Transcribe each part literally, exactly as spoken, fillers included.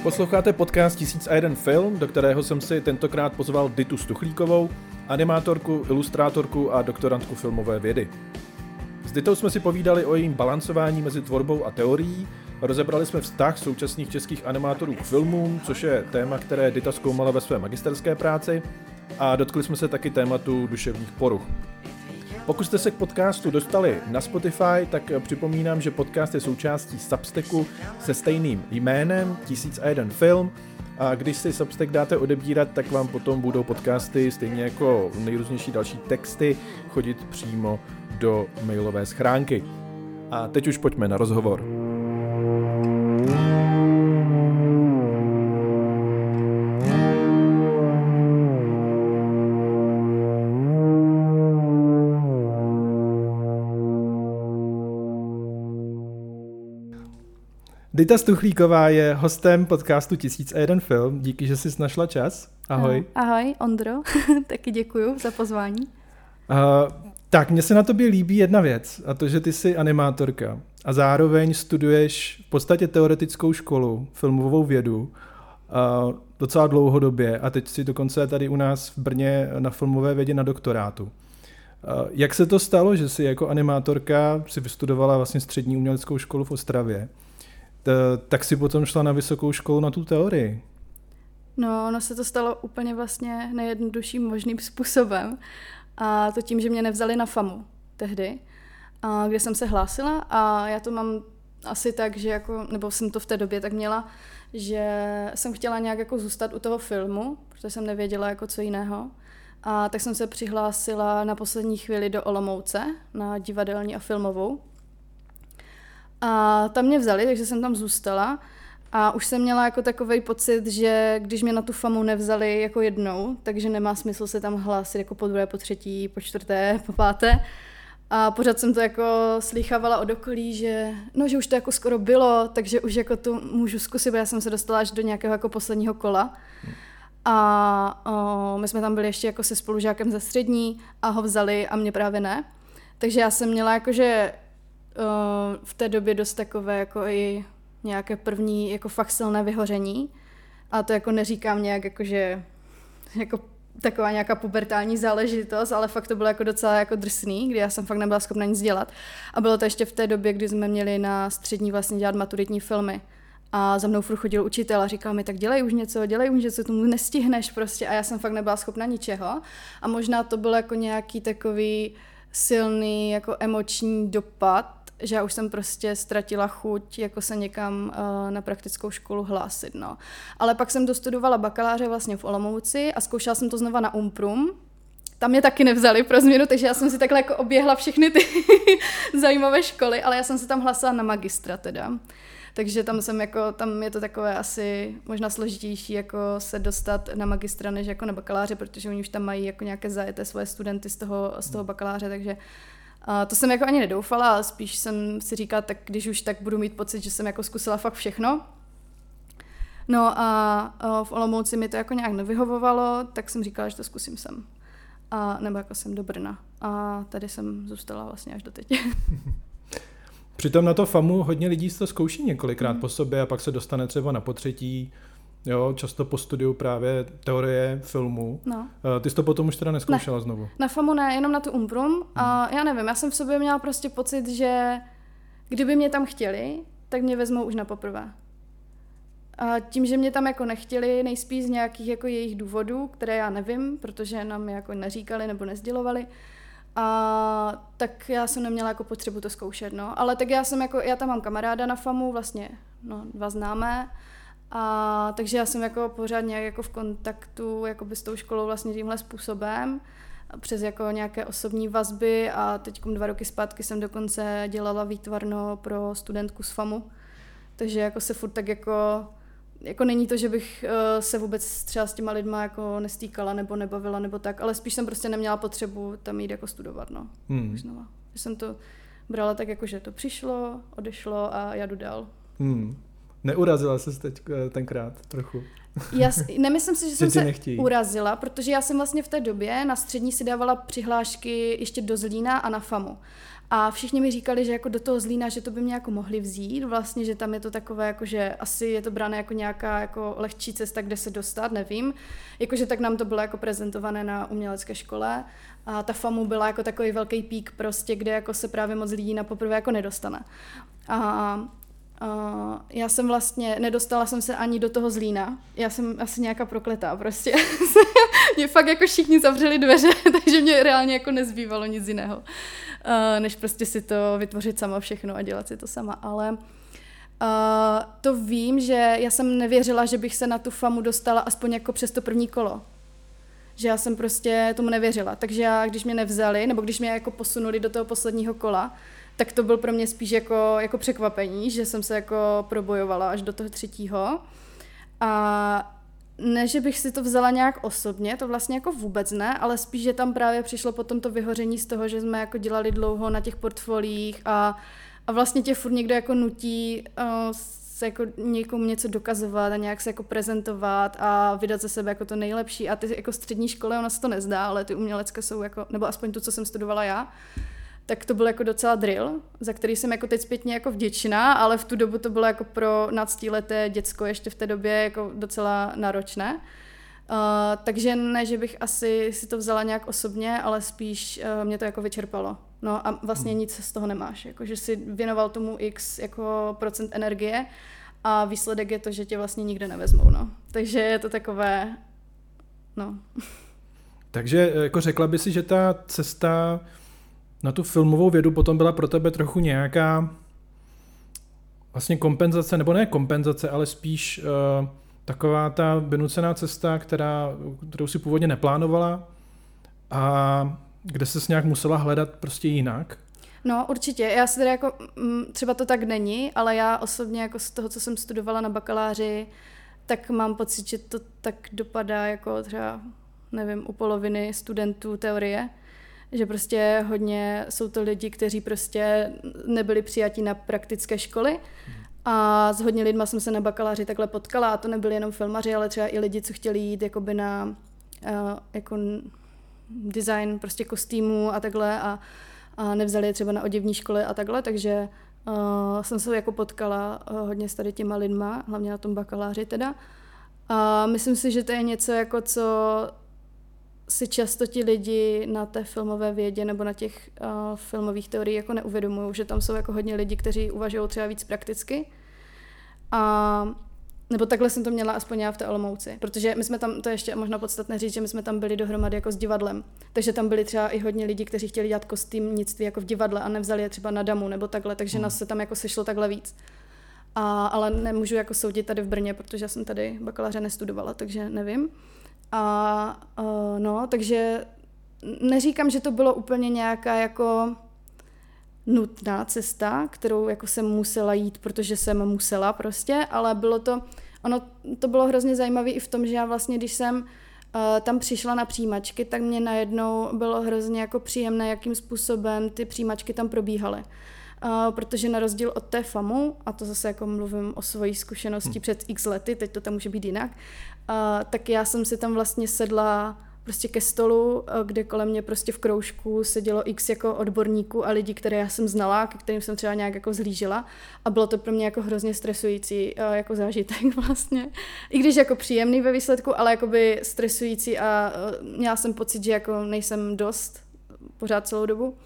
Posloucháte podcast Tisíc a jeden film, do kterého jsem si tentokrát pozval Ditu Stuchlíkovou, animátorku, ilustrátorku a doktorantku filmové vědy. S Ditou jsme si povídali o jejím balancování mezi tvorbou a teorií, rozebrali jsme vztah současných českých animátorů k filmům, což je téma, které Dita zkoumala ve své magisterské práci, a dotkli jsme se taky tématu duševních poruch. Pokud jste se k podcastu dostali na Spotify, tak připomínám, že podcast je součástí Substacku se stejným jménem Tisíc a jeden film, a když si Substack dáte odebírat, tak vám potom budou podcasty, stejně jako nejrůznější další texty, chodit přímo do mailové schránky. A teď už pojďme na rozhovor. Dita Stuchlíková je hostem podcastu Tisíc a jeden film. Díky, že jsi našla čas. Ahoj. Ahoj, Ondro. Taky děkuju za pozvání. Uh, tak, mně se na tobě líbí jedna věc, a to, že ty jsi animátorka a zároveň studuješ v podstatě teoretickou školu, filmovou vědu, uh, docela dlouhodobě, a teď jsi dokonce tady u nás v Brně na filmové vědě na doktorátu. Uh, jak se to stalo, že jsi jako animátorka si vystudovala vlastně střední uměleckou školu v Ostravě, tak si potom šla na vysokou školu na tu teorii? No, ono se to stalo úplně vlastně nejjednodušším možným způsobem. A to tím, že mě nevzali na FAMu tehdy, a kde jsem se hlásila, a já to mám asi tak, že jako, nebo jsem to v té době tak měla, že jsem chtěla nějak jako zůstat u toho filmu, protože jsem nevěděla jako co jiného. A tak jsem se přihlásila na poslední chvíli do Olomouce na divadelní a filmovou. A tam mě vzali, takže jsem tam zůstala a už jsem měla jako takovej pocit, že když mě na tu FAMu nevzali jako jednou, takže nemá smysl se tam hlásit jako po druhé, po třetí, po čtvrté, po páté. A pořád jsem to jako slýchávala od okolí, že no, že už to jako skoro bylo, takže už jako to můžu zkusit, já jsem se dostala až do nějakého jako posledního kola. A o, my jsme tam byli ještě jako se spolužákem ze střední a ho vzali a mě právě ne. Takže já jsem měla jakože v té době dost takové jako i nějaké první jako fakt silné vyhoření. A to jako neříkám nějak jako, že jako taková nějaká pubertální záležitost, ale fakt to bylo jako docela jako drsný, kdy já jsem fakt nebyla schopna nic dělat. A bylo to ještě v té době, kdy jsme měli na střední vlastně dělat maturitní filmy. A za mnou furt chodil učitel a říkal mi, tak dělej už něco, dělej už něco, tomu nestihneš prostě. A já jsem fakt nebyla schopna ničeho. A možná to byl jako nějaký takový silný jako emoční dopad, že já už jsem prostě ztratila chuť jako se někam uh, na praktickou školu hlásit, no. Ale pak jsem dostudovala bakaláře vlastně v Olomouci a zkoušela jsem to znova na Umprum. Tam mě taky nevzali pro změnu, takže já jsem si takhle jako oběhla všechny ty zajímavé školy, ale já jsem se tam hlásila na magistra teda. Takže tam jsem jako, tam je to takové asi možná složitější jako se dostat na magistra než jako na bakaláře, protože oni už tam mají jako nějaké zajeté svoje studenty z toho, z toho bakaláře, takže a to jsem jako ani nedoufala, ale spíš jsem si říkala, tak když už tak budu mít pocit, že jsem jako zkusila fakt všechno. No a v Olomouci mi to jako nějak nevyhovovalo, tak jsem říkala, že to zkusím sem. A, nebo jako jsem do Brna. A tady jsem zůstala vlastně až do teď. Přitom na to FAMu hodně lidí to zkouší několikrát mm. po sobě a pak se dostane třeba na potřetí, jo, často po studiu právě teorie filmu. No. Ty jsi to potom už teda neskoušela ne. znovu? Na FAMu ne, jenom na tu Umprum. A já nevím, já jsem v sobě měla prostě pocit, že kdyby mě tam chtěli, tak mě vezmou už na poprvé. A tím, že mě tam jako nechtěli, nejspíš z nějakých jako jejich důvodů, které já nevím, protože nám je jako neříkali nebo nezdělovali, a tak já jsem neměla jako potřebu to zkoušet, no. Ale tak já jsem jako, já tam mám kamaráda na FAMu, vlastně, no, dva známé, a takže já jsem jako pořád nějak jako v kontaktu jakoby s tou školou vlastně tímhle způsobem, přes jako nějaké osobní vazby, a teď dva roky zpátky jsem dokonce dělala výtvarno pro studentku z FAMu, takže jako se furt tak jako, jako není to, že bych uh, se vůbec třeba s těma lidma jako nestýkala nebo nebavila nebo tak, ale spíš jsem prostě neměla potřebu tam jít jako studovat, no. Hmm. Znova. Že jsem to brala tak jako, že to přišlo, odešlo a já jdu dál. Hmm. Neurazila ses teď tenkrát trochu? Já nemyslím si, že jsem se nechtějí. urazila, protože já jsem vlastně v té době na střední si dávala přihlášky ještě do Zlína a na FAMu. A všichni mi říkali, že jako do toho Zlína, že to by mě jako mohli vzít, vlastně, že tam je to takové, jako, že asi je to brané jako nějaká jako lehčí cesta, kde se dostat, nevím. Jakože tak nám to bylo jako prezentované na umělecké škole a ta FAMu byla jako takový velký pík prostě, kde jako se právě moc lidí na poprvé jako nedostane. A Uh, já jsem vlastně, nedostala jsem se ani do toho Zlína, já jsem asi nějaká prokletá prostě. Mě fakt jako všichni zavřeli dveře, takže mě reálně jako nezbývalo nic jiného, uh, než prostě si to vytvořit sama všechno a dělat si to sama, ale uh, to vím, že já jsem nevěřila, že bych se na tu FAMu dostala aspoň jako přes to první kolo. Že já jsem prostě tomu nevěřila, takže já, když mě nevzali, nebo když mě jako posunuli do toho posledního kola, tak to byl pro mě spíš jako, jako překvapení, že jsem se jako probojovala až do toho třetího. A ne, že bych si to vzala nějak osobně, to vlastně jako vůbec ne, ale spíš, že tam právě přišlo potom to vyhoření z toho, že jsme jako dělali dlouho na těch portfoliích a, a vlastně tě furt někdo jako nutí uh, se jako někomu něco dokazovat a nějak se jako prezentovat a vydat ze sebe jako to nejlepší. A ty jako střední školy, ono se to nezdá, ale ty umělecké jsou jako, nebo aspoň tu, co jsem studovala já, tak to byl jako docela drill, za který jsem jako teď zpětně jako vděčná, ale v tu dobu to bylo jako pro náctileté děcko ještě v té době jako docela náročné. Uh, takže ne, že bych asi si to vzala nějak osobně, ale spíš uh, mě to jako vyčerpalo. No a vlastně nic z toho nemáš, jako že si věnoval tomu x jako procent energie a výsledek je to, že tě vlastně nikde nevezmou, no. Takže je to takové, no. Takže jako řekla by si, že ta cesta na tu filmovou vědu potom byla pro tebe trochu nějaká vlastně kompenzace, nebo ne kompenzace, ale spíš uh, taková ta vynucená cesta, která, kterou si původně neplánovala a kde ses nějak musela hledat prostě jinak? No určitě, já si teda jako, třeba to tak není, ale já osobně jako z toho, co jsem studovala na bakaláři, tak mám pocit, že to tak dopadá jako třeba, nevím, u poloviny studentů teorie, že prostě hodně jsou to lidi, kteří prostě nebyli přijati na praktické školy a s hodně lidma jsem se na bakaláři takhle potkala a to nebyli jenom filmaři, ale třeba i lidi, co chtěli jít jakoby na uh, jako design prostě kostýmů a takhle a, a nevzali je třeba na oděvní školy a takhle, takže uh, jsem se jako potkala uh, hodně s tady těma lidma, hlavně na tom bakaláři teda. A myslím si, že to je něco jako co si často ti lidi na té filmové vědě nebo na těch uh, filmových teoriích jako neuvědomují, že tam jsou jako hodně lidí, kteří uvažují třeba víc prakticky. A nebo takhle jsem to měla aspoň já v té Olomouci, protože my jsme tam, to je ještě možná podstatné říct, že my jsme tam byli dohromady jako s divadlem, takže tam byli třeba i hodně lidí, kteří chtěli dělat kostýmnictví jako v divadle a nevzali je třeba na damu nebo takhle, takže nás se tam jako sešlo takhle víc. A, ale nemůžu jako soudit tady v Brně, protože já jsem tady bakaláře nestudovala, takže nevím. A uh, no, takže neříkám, že to bylo úplně nějaká jako nutná cesta, kterou jako jsem musela jít, protože jsem musela prostě, ale bylo to, ono to bylo hrozně zajímavé i v tom, že já vlastně, když jsem uh, tam přišla na přijímačky, tak mě najednou bylo hrozně jako příjemné, jakým způsobem ty přijímačky tam probíhaly. Uh, protože na rozdíl od té FAMu, a to zase jako mluvím o svojí zkušenosti hmm. před x lety, teď to tam může být jinak, uh, tak já jsem si tam vlastně sedla prostě ke stolu, uh, kde kolem mě prostě v kroužku sedělo x jako odborníků a lidí, které já jsem znala, ke kterým jsem třeba nějak jako zhlížela a bylo to pro mě jako hrozně stresující uh, jako zážitek vlastně. I když jako příjemný ve výsledku, ale jakoby stresující a uh, měla jsem pocit, že jako nejsem dost pořád celou dobu.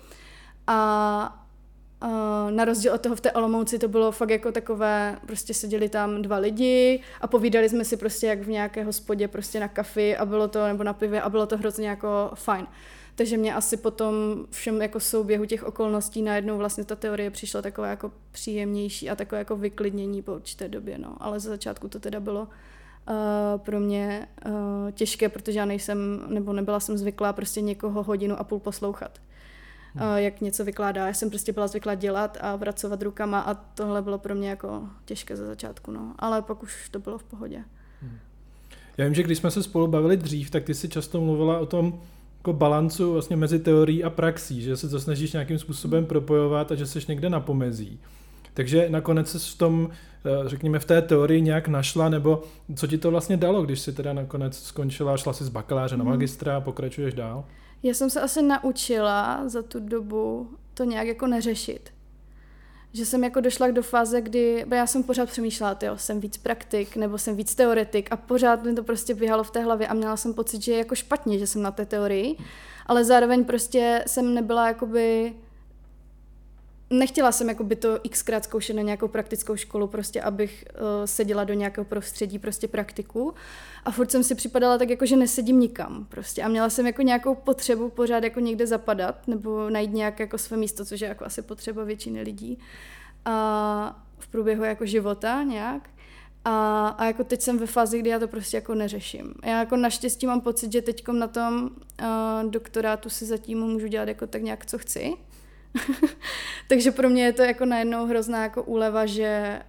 A Uh, na rozdíl od toho v té Olomouci to bylo fakt jako takové, prostě seděli tam dva lidi a povídali jsme si prostě jak v nějaké hospodě prostě na kafi a bylo to, nebo na pivě a bylo to hrozně jako fajn. Takže mě asi potom všem jako souběhu těch okolností najednou vlastně ta teorie přišla taková jako příjemnější a takové jako vyklidnění po určité době, no. Ale za začátku to teda bylo uh, pro mě uh, těžké, protože já nejsem, nebo nebyla jsem zvyklá prostě někoho hodinu a půl poslouchat. Hmm. Jak něco vykládá. Já jsem prostě byla zvyklá dělat a pracovat rukama a tohle bylo pro mě jako těžké za začátku, no. Ale pak už to bylo v pohodě. Hmm. Já vím, že když jsme se spolu bavili dřív, tak ty si často mluvila o tom jako balancu vlastně mezi teorií a praxí, že se to snažíš nějakým způsobem propojovat a že seš někde na pomezí. Takže nakonec se v tom, řekněme, v té teorii nějak našla, nebo co ti to vlastně dalo, když jsi teda nakonec skončila, šla si z bakaláře na magistra a pokračuješ dál? Já jsem se asi naučila za tu dobu to nějak jako neřešit. Že jsem jako došla do fáze, kdy já jsem pořád přemýšlela, tyjo, jsem víc praktik nebo jsem víc teoretik a pořád mi to prostě běhalo v té hlavě a měla jsem pocit, že je jako špatně, že jsem na té teorii, ale zároveň prostě jsem nebyla jakoby, nechtěla jsem jakoby to xkrát zkoušet na nějakou praktickou školu, prostě abych uh, seděla do nějakého prostředí prostě praktiku a furt jsem si připadala tak jako, že nesedím nikam prostě a měla jsem jako nějakou potřebu pořád jako někde zapadat nebo najít nějak jako své místo, což je jako asi potřeba většiny lidí a v průběhu jako života nějak a, a jako teď jsem ve fázi, kdy já to prostě jako neřeším. Já jako naštěstí mám pocit, že teďkom na tom uh, doktorátu si zatím můžu dělat jako tak nějak, co chci. Takže pro mě je to jako najednou hrozná jako úleva, že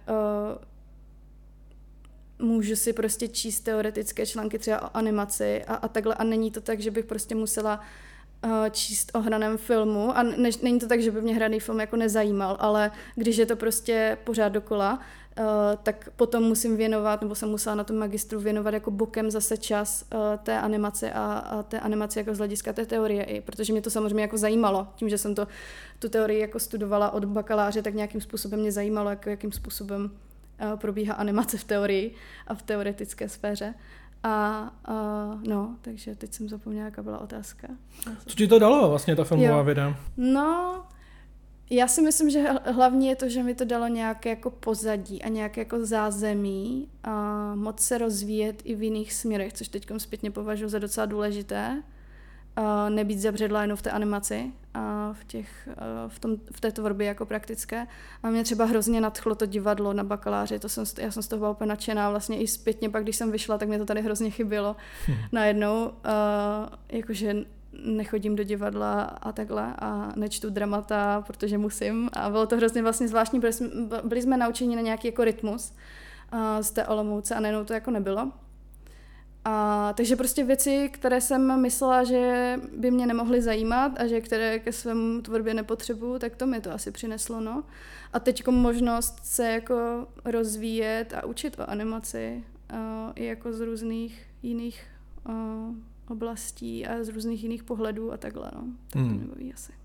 uh, můžu si prostě číst teoretické články třeba o animaci a, a takhle a není to tak, že bych prostě musela uh, číst o hraném filmu a ne, není to tak, že by mě hraný film jako nezajímal, ale když je to prostě pořád dokola, Uh, tak potom musím věnovat, nebo jsem musela na tom magistru věnovat jako bokem zase čas uh, té animace a, a té animace jako z hlediska té teorie i, protože mě to samozřejmě jako zajímalo, tím, že jsem to tu teorii jako studovala od bakaláře, tak nějakým způsobem mě zajímalo, jako, jakým způsobem uh, probíhá animace v teorii a v teoretické sféře. A uh, no, takže teď jsem zapomněla, jaká byla otázka. Co ti to dalo vlastně ta filmová jo. věda? No, já si myslím, že hlavně je to, že mi to dalo nějaké jako pozadí a nějaké jako zázemí a moc se rozvíjet i v jiných směrech, což teď zpětně považuji za docela důležité. A nebýt zabředla jenom v té animaci a v, těch, v, tom, v té tvorbě jako praktické. A mě třeba hrozně nadchlo to divadlo na bakaláři, to jsem, já jsem z toho byla úplně nadšená, vlastně i zpětně pak, když jsem vyšla, tak mě to tady hrozně chybělo hmm. najednou. A jakože nechodím do divadla a takhle a nečtu dramata, protože musím a bylo to hrozně vlastně zvláštní, protože jsme, byli jsme naučeni na nějaký jako rytmus z té Olomouce a najednou to jako nebylo. A, takže prostě věci, které jsem myslela, že by mě nemohly zajímat a že které ke svému tvorbě nepotřebuju, tak to mi to asi přineslo, no. A teď možnost se jako rozvíjet a učit o animaci uh, i jako z různých jiných uh, oblastí a z různých jiných pohledů a takhle, no. Tak hmm. to mě baví asi.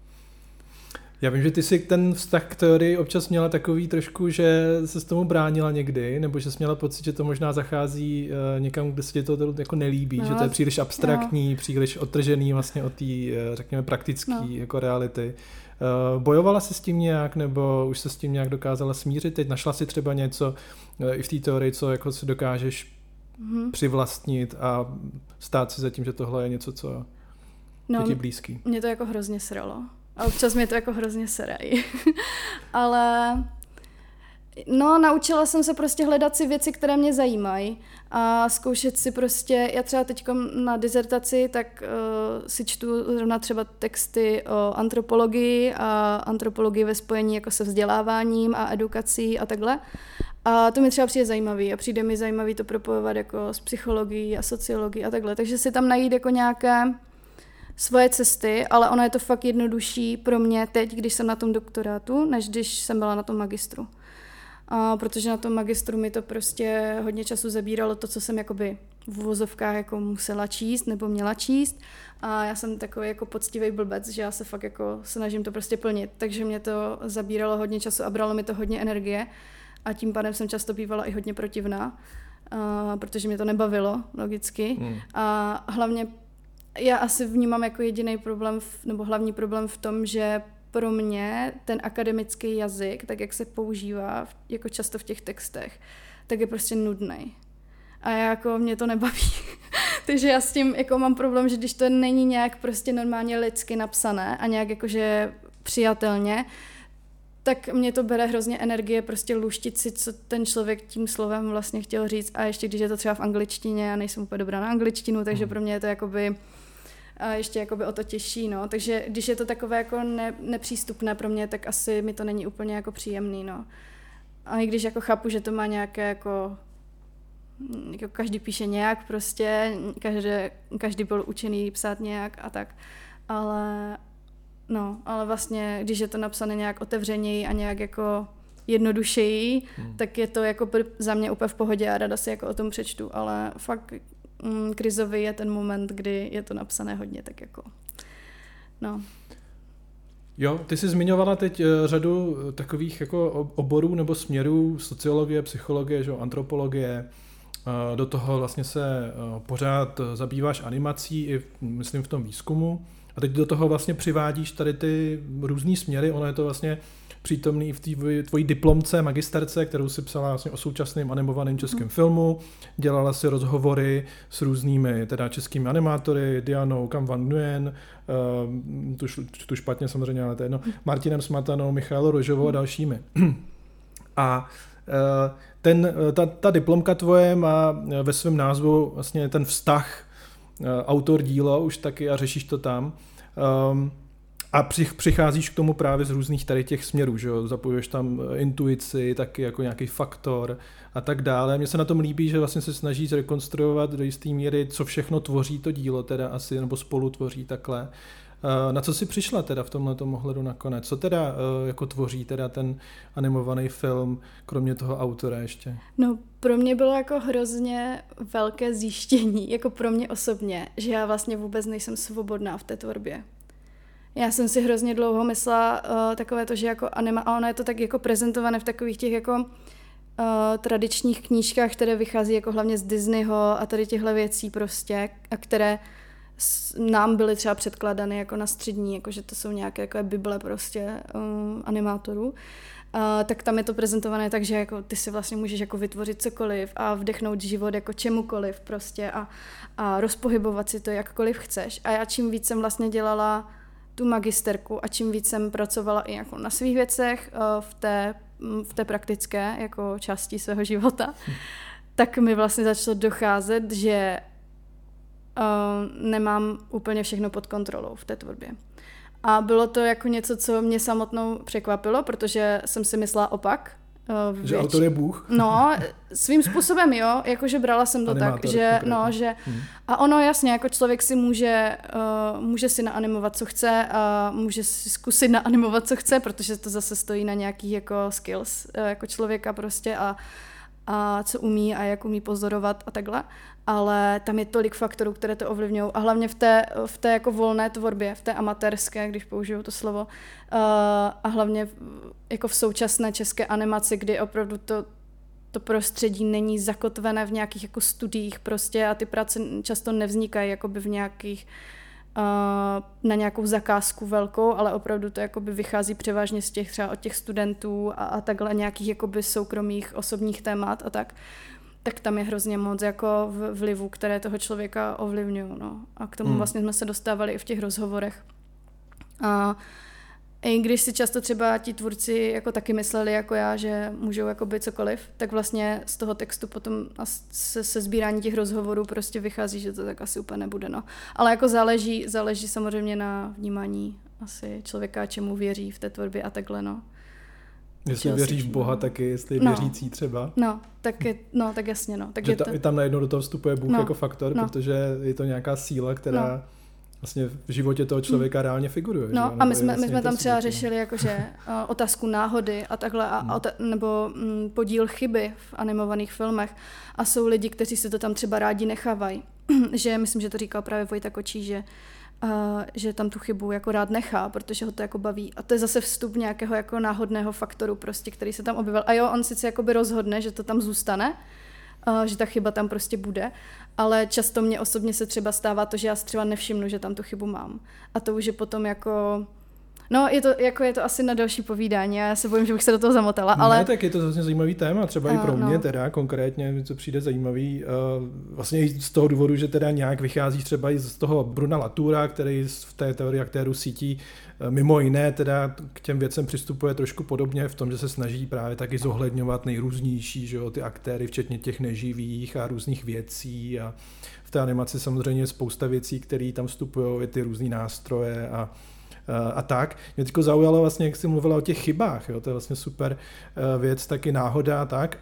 Já vím, že ty si ten vztah k teorii občas měla takový trošku, že se s tomu bránila někdy, nebo že jsi měla pocit, že to možná zachází uh, někam, kde se ti to jako nelíbí, no, že to je příliš abstraktní, no. příliš odtržený vlastně od té, uh, řekněme, praktické no. jako reality. Uh, bojovala jsi s tím nějak, nebo už se s tím nějak dokázala smířit? Teď našla si třeba něco uh, i v té teorii, co jako si dokážeš mm-hmm. přivlastnit a stát si za tím, že tohle je něco, co no, je ti blízký? Mě to jako hrozně sralo. A občas mě to jako hrozně serají. Ale no, naučila jsem se prostě hledat si věci, které mě zajímají a zkoušet si prostě, já třeba teď na dizertaci, tak uh, si čtu zrovna třeba texty o antropologii a antropologii ve spojení jako se vzděláváním a edukací a takhle. A to mi třeba přijde zajímavý a přijde mi zajímavý to propojovat jako s psychologií a sociologií a takhle. Takže si tam najít jako nějaké svoje cesty, ale ono je to fakt jednodušší pro mě teď, když jsem na tom doktorátu, než když jsem byla na tom magistru. A protože na tom magistru mi to prostě hodně času zabíralo to, co jsem jakoby v uvozovkách jako musela číst nebo měla číst. A já jsem takový jako poctivý blbec, že já se fakt jako snažím to prostě plnit. Takže mě to zabíralo hodně času a bralo mi to hodně energie. A tím pádem jsem často bývala i hodně protivná, a protože mě to nebavilo, logicky. Hmm. A hlavně já asi vnímám jako jediný problém, v, nebo hlavní problém v tom, že pro mě ten akademický jazyk, tak jak se používá v, jako často v těch textech, tak je prostě nudný. A jako mě to nebaví. Takže já s tím jako mám problém, že když to není nějak prostě normálně lidsky napsané a nějak jakože přijatelně, tak mě to bere hrozně energie prostě luštit si, co ten člověk tím slovem vlastně chtěl říct. A ještě když je to třeba v angličtině, já nejsem úplně dobrá na angličtinu, takže pro mě je to jakoby a ještě jakoby o to těžší, no. Takže když je to takové jako ne, nepřístupné pro mě, tak asi mi to není úplně jako příjemný, no. A i když jako chápu, že to má nějaké jako, jako každý píše nějak prostě, každý, každý byl učený psát nějak a tak, ale no, ale vlastně, když je to napsané nějak otevřeněji a nějak jako jednodušeji, hmm. tak je to jako za mě úplně v pohodě a ráda si jako o tom přečtu, ale fakt mm, krizový je ten moment, kdy je to napsané hodně, tak jako no. Jo, ty jsi zmiňovala teď řadu takových jako oborů nebo směrů, sociologie, psychologie, že, antropologie. Do toho vlastně se pořád zabýváš animací i myslím v tom výzkumu. A teď do toho vlastně přivádíš tady ty různý směry. Ono je to vlastně přítomný i v té tvojí diplomce, magisterce, kterou si psala vlastně o současném animovaném českém mm. filmu. Dělala si rozhovory s různými teda českými animátory, Dianou Kam Van Nguyen, uh, tu, tu špatně samozřejmě, ale to je jedno, Martinem Smatanou, Michailou Rožovou a dalšími. A uh, ten, ta, ta diplomka tvoje má ve svém názvu vlastně ten vztah uh, autor dílo už taky a řešíš to tam. Um, A přicházíš k tomu právě z různých tady těch směrů, že jo, zapojuješ tam intuici, taky jako nějaký faktor a tak dále. Mně se na tom líbí, že vlastně se snažíš rekonstruovat do jisté míry, co všechno tvoří to dílo teda asi, nebo spolu tvoří takhle. Na co jsi přišla teda v tomhletom ohledu nakonec? Co teda jako tvoří teda ten animovaný film, kromě toho autora ještě? No, pro mě bylo jako hrozně velké zjištění, jako pro mě osobně, že já vlastně vůbec nejsem svobodná v té tvorbě. Já jsem si hrozně dlouho myslela uh, takové to, že jako anima, a ono je to tak jako prezentované v takových těch jako uh, tradičních knížkách, které vychází jako hlavně z Disneyho a tady těchto věcí prostě, a které s, nám byly třeba předkládány jako na střední, jako že to jsou nějaké jako bible prostě um, animátorů. Uh, tak tam je to prezentované tak, že jako ty si vlastně můžeš jako vytvořit cokoliv a vdechnout život jako čemukoliv prostě a, a rozpohybovat si to jakkoliv chceš. A já čím víc jsem vlastně dělala tu magisterku a čím víc jsem pracovala i jako na svých věcech v té, v té praktické jako části svého života, hm. tak mi vlastně začalo docházet, že uh, nemám úplně všechno pod kontrolou v té tvorbě. A bylo to jako něco, co mě samotnou překvapilo, protože jsem si myslela opak. Uh, že autor je Bůh? No, svým způsobem jo, jakože brala jsem to Animátor, tak, že, no, že hmm. a ono jasně, jako člověk si může, uh, může si naanimovat, co chce a může si zkusit naanimovat, co chce, protože to zase stojí na nějakých jako skills uh, jako člověka prostě a, a co umí a jak umí pozorovat a takhle, ale tam je tolik faktorů, které to ovlivňují a hlavně v té, v té jako volné tvorbě, v té amatérské, když použiju to slovo, uh, a hlavně jako v současné české animaci, kdy opravdu to, to prostředí není zakotvené v nějakých jako studiích prostě a ty práce často nevznikají jakoby v nějakých uh, na nějakou zakázku velkou, ale opravdu to jakoby vychází převážně z těch třeba od těch studentů a, a takhle nějakých jakoby soukromých osobních témat a tak. Tak tam je hrozně moc jako vlivů, které toho člověka ovlivňují. No. A k tomu hmm. vlastně jsme se dostávali i v těch rozhovorech. A i když si často třeba ti tvůrci jako taky mysleli jako já, že můžou jako být cokoliv, tak vlastně z toho textu potom a se, se sbírání těch rozhovorů prostě vychází, že to tak asi úplně nebude. No. Ale jako záleží, záleží samozřejmě na vnímání asi člověka, čemu věří v té tvorbě a takhle. No. Jestli věříš v Boha, taky jestli je věřící třeba. No, tak, je, no, tak jasně. No. Tak že je ta, to... tam najednou do toho vstupuje Bůh no, jako faktor, no. protože je to nějaká síla, která no. vlastně v životě toho člověka mm. reálně figuruje. No že? a my jsme, vlastně my jsme tam třeba svůj, řešili jakože uh, otázku náhody a takhle, a, mm. a ota- nebo um, podíl chyby v animovaných filmech. A jsou lidi, kteří se to tam třeba rádi nechávají. že myslím, že to říkal právě Vojta Kočí, že Uh, že tam tu chybu jako rád nechá, protože ho to jako baví. A to je zase vstup nějakého jako náhodného faktoru prostě, který se tam objevil. A jo, on sice jakoby rozhodne, že to tam zůstane, uh, že ta chyba tam prostě bude, ale často mě osobně se třeba stává to, že já si třeba nevšimnu, že tam tu chybu mám. A to už je potom jako... No, je to, jako je to asi na další povídání a já se bojím, že bych se do toho zamotala, ale... Ne, tak je to vlastně zajímavý téma, třeba uh, i pro mě no. teda konkrétně, co přijde zajímavý, uh, vlastně i z toho důvodu, že teda nějak vychází třeba i z toho Bruna Latoura, který v té teorii aktéru sítí uh, mimo jiné teda k těm věcem přistupuje trošku podobně v tom, že se snaží právě taky zohledňovat nejrůznější, že jo, ty aktéry, včetně těch neživých a různých věcí a v té animaci samozřejmě je spousta věcí, které tam vstupují, i ty různý nástroje a a tak. Mě teď zaujalo vlastně, jak jsi mluvila o těch chybách, jo? To je vlastně super věc, taky náhoda a tak.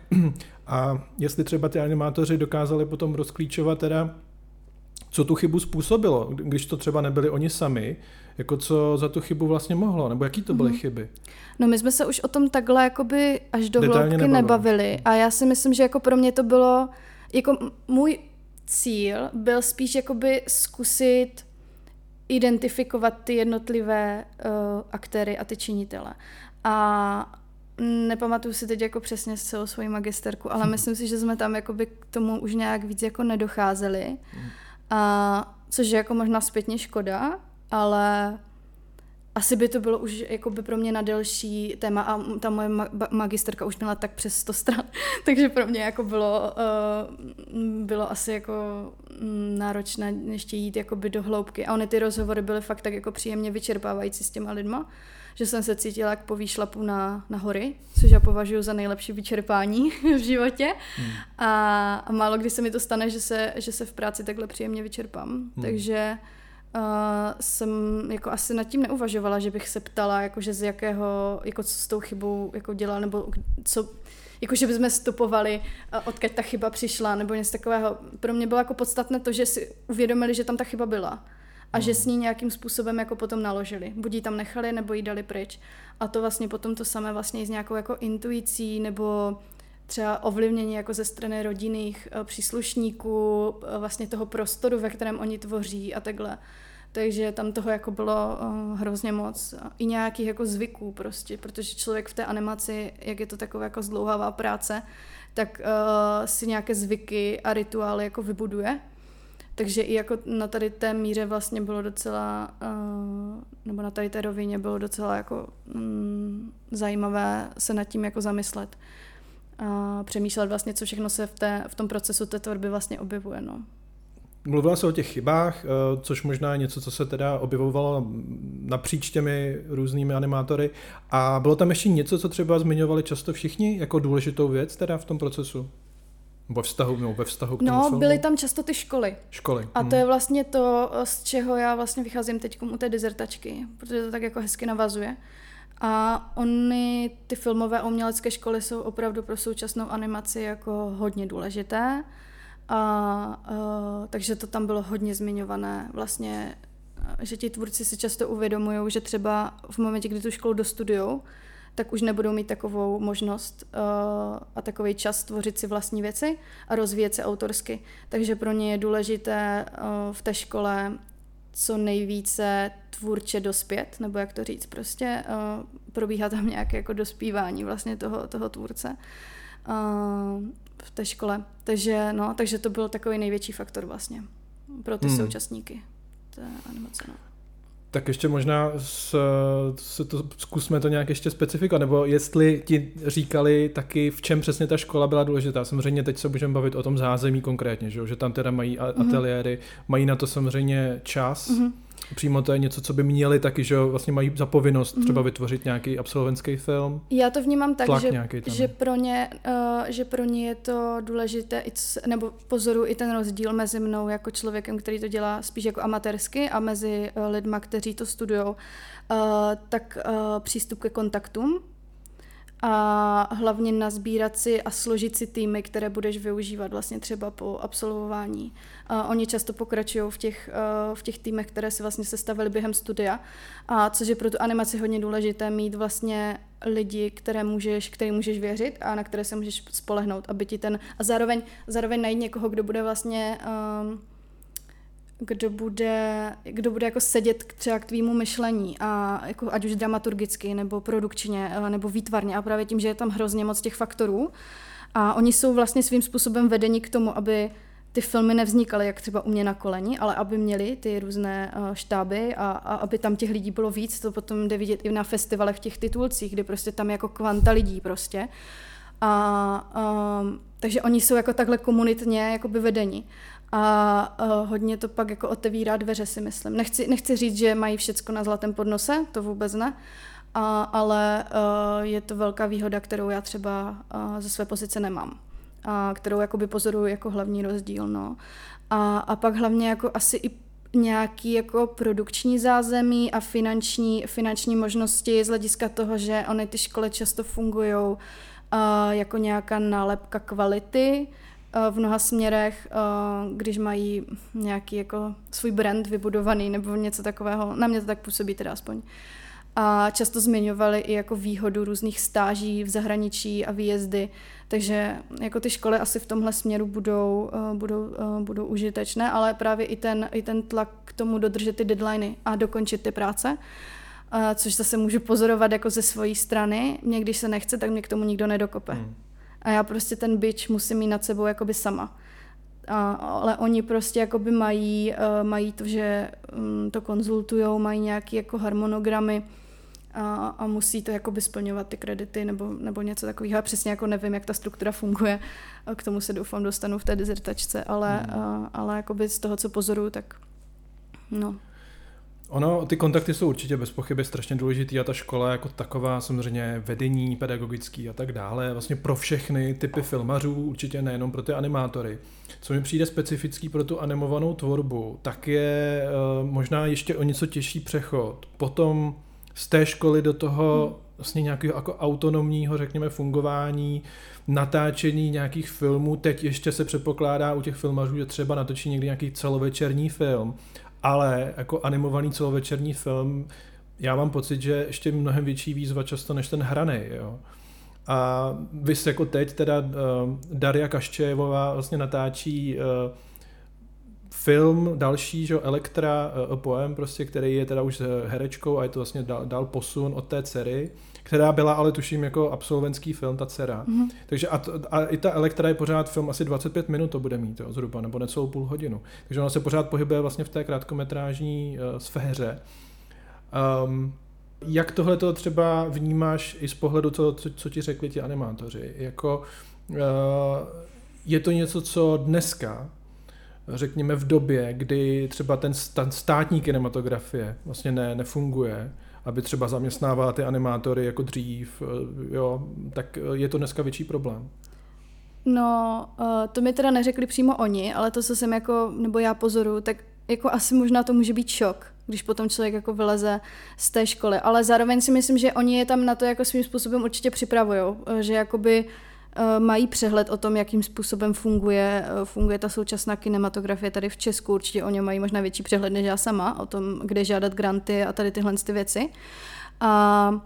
A jestli třeba ty animátoři dokázali potom rozklíčovat teda, co tu chybu způsobilo, když to třeba nebyli oni sami, jako co za tu chybu vlastně mohlo, nebo jaký to byly mm-hmm. chyby? No my jsme se už o tom takhle jakoby až do hloubky nebavili. nebavili a já si myslím, že jako pro mě to bylo, jako můj cíl byl spíš jakoby zkusit identifikovat ty jednotlivé uh, aktéry a ty činitele. A nepamatuju si teď jako přesně celou svoji magisterku, ale myslím si, že jsme tam jakoby k tomu už nějak víc jako nedocházeli. A což je jako možná zpětně škoda, ale asi by to bylo už jakoby pro mě na delší téma a ta moje ma- magisterka už měla tak přes sto stran, takže pro mě jako bylo, uh, bylo asi jako náročné ještě jít jakoby do hloubky. A ony ty rozhovory byly fakt tak jako příjemně vyčerpávající s těma lidma, že jsem se cítila jak po výšlapu na, na hory, což já považuji za nejlepší vyčerpání v životě. Hmm. A, a málo kdy se mi to stane, že se, že se v práci takhle příjemně vyčerpám. Hmm. Takže uh, jsem jako asi nad tím neuvažovala, že bych se ptala, jakože z jakého, jako co s tou chybou jako dělala, nebo co, jakože bychom stopovali, uh, odkud ta chyba přišla, nebo něco takového. Pro mě bylo jako podstatné to, že si uvědomili, že tam ta chyba byla. A že s ní nějakým způsobem jako potom naložili. Buď ji tam nechali, nebo ji dali pryč. A to vlastně potom to samé vlastně s nějakou jako intuicí, nebo třeba ovlivnění jako ze strany rodinných příslušníků, vlastně toho prostoru, ve kterém oni tvoří a takhle. Takže tam toho jako bylo uh, hrozně moc. I nějakých jako zvyků prostě, protože člověk v té animaci, jak je to taková jako zdlouhavá práce, tak uh, si nějaké zvyky a rituály jako vybuduje. Takže i jako na tady té míře vlastně bylo docela, uh, nebo na tady té rovině bylo docela jako um, zajímavé se nad tím jako zamyslet. A přemýšlet vlastně, co všechno se v, té, v tom procesu té tvorby vlastně objevuje, no. Mluvila se o těch chybách, což možná je něco, co se teda objevovalo napříč těmi různými animátory. A bylo tam ještě něco, co třeba zmiňovali často všichni jako důležitou věc teda v tom procesu? Ve vztahu, no, ve vztahu k tomu No, filmu? byly tam často ty školy. Školy. A to je vlastně to, z čeho já vlastně vycházím teď u té dizertačky, protože to tak jako hezky navazuje. A ony, ty filmové umělecké školy jsou opravdu pro současnou animaci jako hodně důležité. A, a takže to tam bylo hodně zmiňované. Vlastně, že ti tvůrci si často uvědomují, že třeba v momentě, kdy tu školu dostudujou, tak už nebudou mít takovou možnost uh, a takový čas tvořit si vlastní věci a rozvíjet se autorsky. Takže pro ně je důležité uh, v té škole co nejvíce tvůrče dospět, nebo jak to říct, prostě uh, probíhá tam nějaké jako dospívání vlastně toho, toho tvůrce uh, v té škole. Takže, no, takže to byl takový největší faktor vlastně pro ty hmm. současníky té animace. No. Tak ještě možná s, se to, zkusme to nějak ještě specifikovat, nebo jestli ti říkali taky, v čem přesně ta škola byla důležitá. Samozřejmě teď se můžeme bavit o tom zázemí konkrétně, že, že tam teda mají ateliéry, mm-hmm. mají na to samozřejmě čas. Mm-hmm. Přímo to je něco, co by měli taky, že vlastně mají za povinnost mm-hmm. třeba vytvořit nějaký absolventský film. Já to vnímám tak, že, že, pro ně, uh, že pro ně je to důležité, i co, nebo pozoruji i ten rozdíl mezi mnou jako člověkem, který to dělá spíš jako amatérsky a mezi uh, lidma, kteří to studujou, uh, tak uh, přístup ke kontaktům a hlavně nazbírat si a složit si týmy, které budeš využívat vlastně třeba po absolvování. Uh, oni často pokračují v těch, uh, v těch týmech, které si vlastně sestavili během studia, a což je pro tu animaci hodně důležité mít vlastně lidi, které můžeš, který můžeš věřit a na které se můžeš spolehnout, aby ti ten, a zároveň, zároveň najít někoho, kdo bude vlastně um, kdo bude, kdo bude jako sedět třeba k tvýmu myšlení, a jako ať už dramaturgicky, nebo produkčně, nebo výtvarně, a právě tím, že je tam hrozně moc těch faktorů a oni jsou vlastně svým způsobem vedeni k tomu, aby ty filmy nevznikaly jak třeba u mě na koleni, ale aby měli ty různé uh, štáby a, a aby tam těch lidí bylo víc, to potom jde vidět i na festivalech těch titulcích, kde prostě tam je jako kvanta lidí prostě. A, um, takže oni jsou jako takhle komunitně jakoby vedeni. A uh, hodně to pak jako otevírá dveře, si myslím. Nechci, nechci říct, že mají všecko na zlatém podnose, to vůbec ne, a, ale uh, je to velká výhoda, kterou já třeba uh, ze své pozice nemám, a kterou jakoby pozoruju jako hlavní rozdíl. No. A, a pak hlavně jako asi i nějaký jako produkční zázemí a finanční, finanční možnosti z hlediska toho, že ony ty školy často fungují uh, jako nějaká nálepka kvality, v mnoha směrech, když mají nějaký jako svůj brand vybudovaný nebo něco takového. Na mě to tak působí teda aspoň. A často zmiňovali i jako výhodu různých stáží v zahraničí a výjezdy, takže jako ty školy asi v tomhle směru budou, budou, budou užitečné, ale právě i ten, i ten tlak k tomu dodržet ty deadliny a dokončit ty práce, což zase můžu pozorovat jako ze svojí strany. Mě, když se nechce, tak mě k tomu nikdo nedokope. Hmm. A já prostě ten bič musím mít nad sebou jakoby sama. A, ale oni prostě jakoby mají, mají to, že to konzultujou, mají nějaké jako harmonogramy, A, a musí to jakoby splňovat ty kredity nebo, nebo něco takového. Já přesně jako nevím, jak ta struktura funguje. K tomu se doufám dostanu v té dizertačce, ale, hmm. a, ale jakoby z toho, co pozoruju, tak no. Ono, ty kontakty jsou určitě bez pochyby strašně důležitý a ta škola jako taková, samozřejmě vedení pedagogický a tak dále, vlastně pro všechny typy filmařů, určitě nejenom pro ty animátory. Co mi přijde specifický pro tu animovanou tvorbu, tak je uh, možná ještě o něco těžší přechod. Potom z té školy do toho vlastně nějakého jako autonomního, řekněme, fungování, natáčení nějakých filmů. Teď ještě se předpokládá u těch filmařů, že třeba natočí někdy nějaký celovečerní film, ale jako animovaný celovečerní film, já mám pocit, že ještě mnohem větší výzva často než ten hranej, jo. A vy se jako teď teda uh, Daria Kaščejevová vlastně natáčí uh, film další, že Elektra uh, Poem, prostě, který je teda už herečkou a je to vlastně dál, dál posun od té dcery, která byla ale tuším jako absolventský film, ta dcera. Mm-hmm. Takže a, to, a i ta Elektra je pořád film, asi dvacet pět minut to bude mít, jo, zhruba, nebo necelou půl hodinu. Takže ona se pořád pohybuje vlastně v té krátkometrážní uh, sféře. Um, jak tohleto třeba vnímáš i z pohledu toho, co, co ti řekli ti animátoři? Jako, uh, je to něco, co dneska, řekněme v době, kdy třeba ten státní kinematografie vlastně ne, nefunguje, aby třeba zaměstnávala ty animátory jako dřív, jo, tak je to dneska větší problém? No, to mi teda neřekli přímo oni, ale to, co jsem jako, nebo já pozoruju, tak jako asi možná to může být šok, když potom člověk jako vyleze z té školy, ale zároveň si myslím, že oni je tam na to jako svým způsobem určitě připravujou, že jakoby mají přehled o tom, jakým způsobem funguje, funguje ta současná kinematografie tady v Česku. Určitě oni mají možná větší přehled než já sama o tom, kde žádat granty a tady tyhle ty věci. A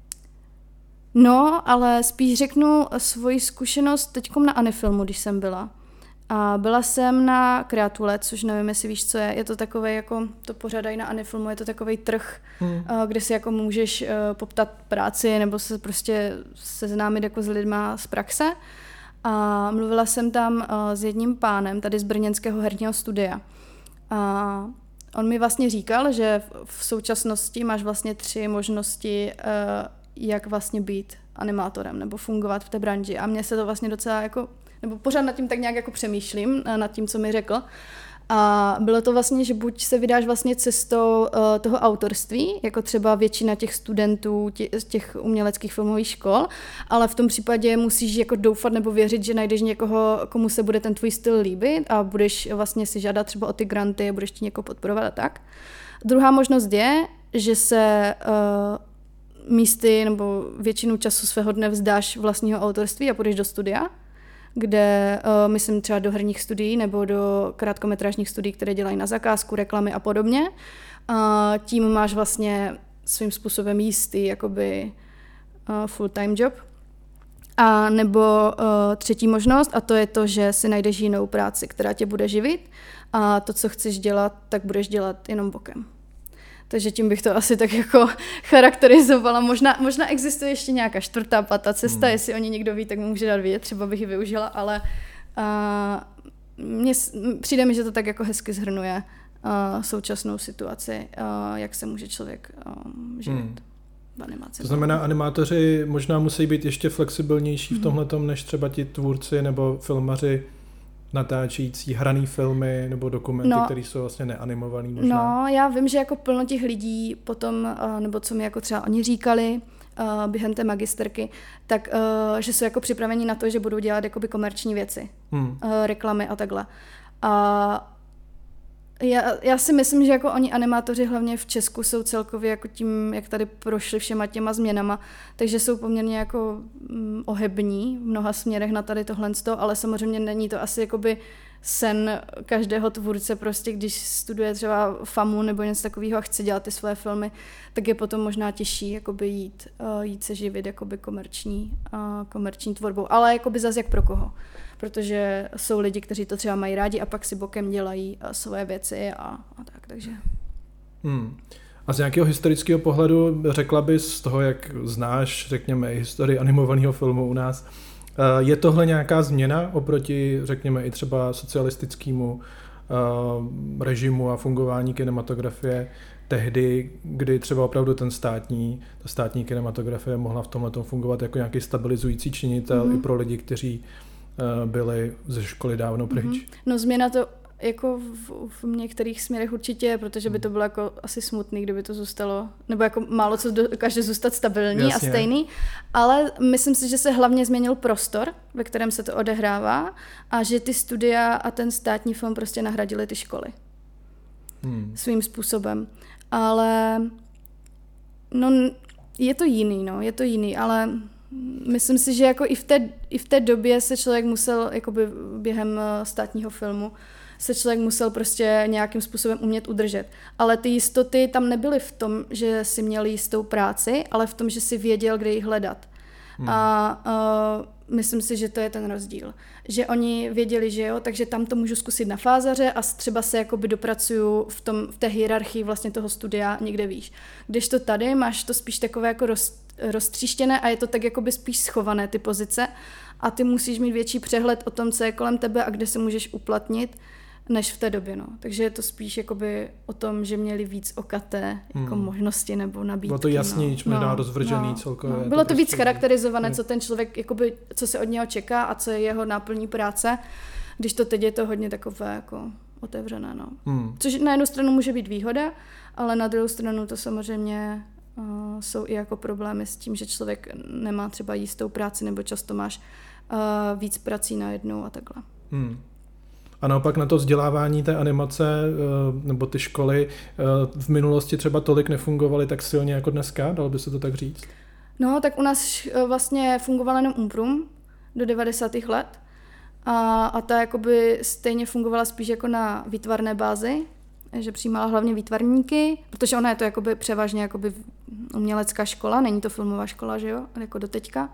no, ale spíš řeknu svoji zkušenost teďkom na Anifilmu, když jsem byla. A byla jsem na Kreatule, což nevím, jestli víš, co je. Je to takové, jako to pořádají na Anifilmu, je to takovej trh, hmm. kde si jako můžeš poptat práci nebo se prostě seznámit jako s lidma z praxe. A mluvila jsem tam s jedním pánem tady z brněnského herního studia. A on mi vlastně říkal, že v současnosti máš vlastně tři možnosti, jak vlastně být animátorem nebo fungovat v té branži. A mně se to vlastně docela jako nebo pořád nad tím tak nějak jako přemýšlím, nad tím, co mi řekl. A bylo to vlastně, že buď se vydáš vlastně cestou uh, toho autorství, jako třeba většina těch studentů tě, z těch uměleckých filmových škol, ale v tom případě musíš jako doufat nebo věřit, že najdeš někoho, komu se bude ten tvůj styl líbit a budeš vlastně si žádat třeba o ty granty a budeš ti někoho podporovat a tak. Druhá možnost je, že se uh, místy nebo většinu času svého dne vzdáš vlastního autorství a půjdeš do studia, kde, uh, myslím třeba do herních studií nebo do krátkometrážních studií, které dělají na zakázku, reklamy a podobně. Uh, tím máš vlastně svým způsobem jistý jakoby uh, full-time job. A nebo uh, třetí možnost, a to je to, že si najdeš jinou práci, která tě bude živit a to, co chceš dělat, tak budeš dělat jenom bokem. Takže tím bych to asi tak jako charakterizovala. Možná, možná existuje ještě nějaká čtvrtá, pátá cesta, hmm. jestli o ní někdo ví, tak mu může dát vědět, třeba bych ji využila, ale uh, mně, přijde mi, že to tak jako hezky shrnuje uh, současnou situaci, uh, jak se může člověk uh, živit. Hmm. To znamená, animátoři možná musí být ještě flexibilnější hmm. v tomhletom, než třeba ti tvůrci nebo filmaři natáčející hraný filmy nebo dokumenty, no, které jsou vlastně neanimovaný možná. No, já vím, že jako plno těch lidí potom, nebo co mi jako třeba oni říkali uh, během té magisterky, tak uh, že jsou jako připraveni na to, že budou dělat jakoby komerční věci, hmm. uh, reklamy a takhle. A Já, já si myslím, že jako oni animátoři hlavně v Česku jsou celkově jako tím, jak tady prošli všema těma změnama, takže jsou poměrně jako mm, ohební v mnoha směrech na tady tohle, ale samozřejmě není to asi jakoby sen každého tvůrce prostě, když studuje třeba FAMu nebo něco takového a chce dělat ty své filmy, tak je potom možná těžší jakoby jít, uh, jít se živit jakoby komerční, uh, komerční tvorbou, ale jakoby zase jak pro koho. Protože jsou lidi, kteří to třeba mají rádi a pak si bokem dělají svoje věci a, a tak, takže. Hmm. A z nějakého historického pohledu řekla bys z toho, jak znáš, řekněme, historii animovaného filmu u nás, je tohle nějaká změna oproti, řekněme, i třeba socialistickému režimu a fungování kinematografie tehdy, kdy třeba opravdu ten státní, ta státní kinematografie mohla v tomhletom fungovat jako nějaký stabilizující činitel mm-hmm. i pro lidi, kteří byli ze školy dávno pryč. Mm-hmm. No změna to jako v, v některých směrech určitě, protože by to bylo jako asi smutný, kdyby to zůstalo, nebo jako málo co dokáže zůstat stabilní Jasně. a stejný, ale myslím si, že se hlavně změnil prostor, ve kterém se to odehrává a že ty studia a ten státní film prostě nahradili ty školy. Hmm. Svým způsobem. Ale no je to jiný, no, je to jiný, ale myslím si, že jako i v té, i v té době se člověk musel, jakoby během státního filmu, se člověk musel prostě nějakým způsobem umět udržet. Ale ty jistoty tam nebyly v tom, že si měl jistou práci, ale v tom, že si věděl, kde ji hledat. Hmm. A uh, myslím si, že to je ten rozdíl. Že oni věděli, že jo, takže tam to můžu zkusit na fázaře a třeba se jakoby dopracuju v, tom, v té hierarchii vlastně toho studia někde výš. Když to tady máš to spíš takové jako roz, roztříštěné a je to tak jakoby spíš schované ty pozice a ty musíš mít větší přehled o tom, co je kolem tebe a kde se můžeš uplatnit, než v té době, no. Takže je to spíš jakoby o tom, že měli víc okaté jako hmm. možnosti nebo nabídky. Bylo to jasný, no. možná no, rozvržený no, celkově. No. Bylo to, to víc charakterizované, co ten člověk, jakoby, co se od něho čeká a co je jeho náplní práce, když to teď je to hodně takové jako otevřené, no. Hmm. Což na jednu stranu může být výhoda, ale na druhou stranu to samozřejmě uh, jsou i jako problémy s tím, že člověk nemá třeba jistou práci nebo často máš uh, víc prací najednou a takhle. Hmm. A naopak na to vzdělávání té animace nebo ty školy v minulosti třeba tolik nefungovaly tak silně jako dneska, dalo by se to tak říct? No, tak u nás vlastně fungoval jenom Umprum do devadesátých let a, a ta jakoby stejně fungovala spíš jako na výtvarné bázi, že přijímala hlavně výtvarníky, protože ona je to jakoby převážně jakoby umělecká škola, není to filmová škola, že jo, jako doteďka.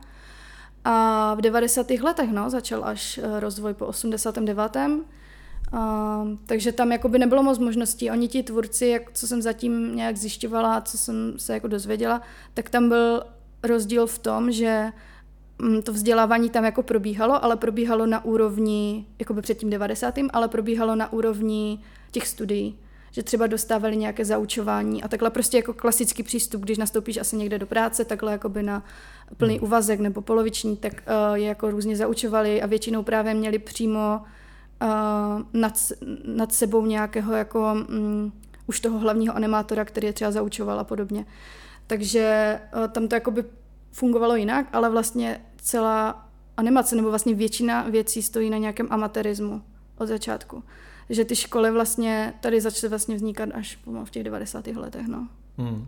A v devadesátých letech no, začal až rozvoj po osmdesátém devátém Uh, takže tam jakoby nebylo moc možností. Oni ti tvůrci, jak, co jsem zatím nějak zjišťovala, co jsem se jako dozvěděla, tak tam byl rozdíl v tom, že mm, to vzdělávání tam jako probíhalo, ale probíhalo na úrovni, jakoby před tím devadesátým ale probíhalo na úrovni těch studií. Že třeba dostávali nějaké zaučování a takhle prostě jako klasický přístup, když nastoupíš asi někde do práce, takhle jakoby na plný úvazek nebo poloviční, tak uh, je jako různě zaučovali a většinou právě měli přímo Uh, nad, nad sebou nějakého jako um, už toho hlavního animátora, který je třeba zaučoval a podobně. Takže uh, tam to jakoby fungovalo jinak, ale vlastně celá animace nebo vlastně většina věcí stojí na nějakém amatérismu od začátku. Že ty školy vlastně tady začaly vlastně vznikat až v těch devadesátých letech. No. Hmm.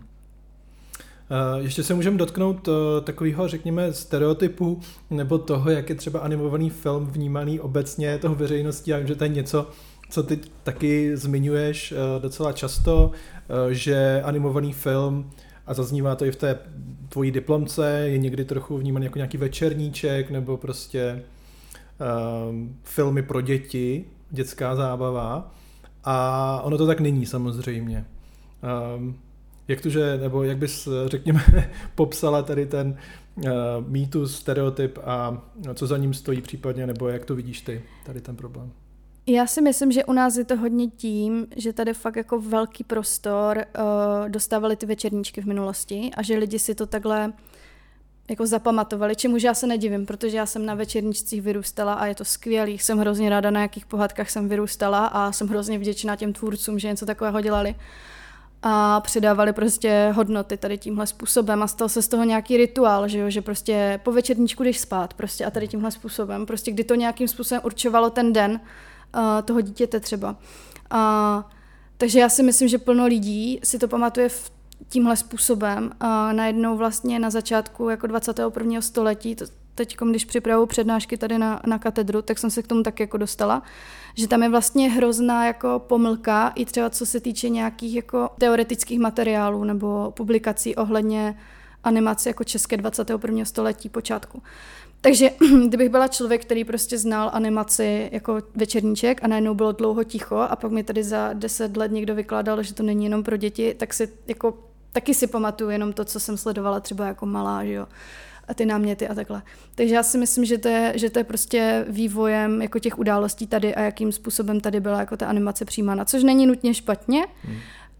Ještě se můžeme dotknout takového, řekněme, stereotypu nebo toho, jak je třeba animovaný film vnímaný obecně toho veřejností. Já vím, že to je něco, co ty taky zmiňuješ docela často, že animovaný film, a zaznívá to i v té tvojí diplomce, je někdy trochu vnímaný jako nějaký večerníček nebo prostě um, filmy pro děti, dětská zábava. A ono to tak není samozřejmě. Um, Jak to, že, nebo jak bys, řekněme, popsala tady ten uh, mýtus, stereotyp a co za ním stojí případně, nebo jak to vidíš ty, tady ten problém? Já si myslím, že u nás je to hodně tím, že tady fakt jako velký prostor uh, dostávali ty večerníčky v minulosti a že lidi si to takhle jako zapamatovali, čemuž já se nedivím, protože já jsem na večerníčcích vyrůstala a je to skvělý. Jsem hrozně ráda, na jakých pohádkách jsem vyrůstala a jsem hrozně vděčná těm tvůrcům, že něco takového dělali. A předávali prostě hodnoty tady tímhle způsobem a stal se z toho nějaký rituál, že jo, že prostě po večerníčku jdeš spát prostě a tady tímhle způsobem, prostě kdy to nějakým způsobem určovalo ten den uh, toho dítěte třeba. A Takže já si myslím, že plno lidí si to pamatuje v tímhle způsobem a najednou vlastně na začátku jako dvacátého prvního století, to teď, když připravuju přednášky tady na, na katedru, tak jsem se k tomu tak jako dostala, že tam je vlastně hrozná jako pomlka i třeba co se týče nějakých jako teoretických materiálů nebo publikací ohledně animace jako české dvacátého prvního století počátku. Takže kdybych byla člověk, který prostě znal animaci jako Večerníček a najednou bylo dlouho ticho a pak mi tady za deset let někdo vykládal, že to není jenom pro děti, tak si jako taky si pamatuju jenom to, co jsem sledovala třeba jako malá, že jo, a ty náměty a takhle. Takže já si myslím, že to je, že to je prostě vývojem jako těch událostí tady a jakým způsobem tady byla jako ta animace přijímána, což není nutně špatně. Hmm.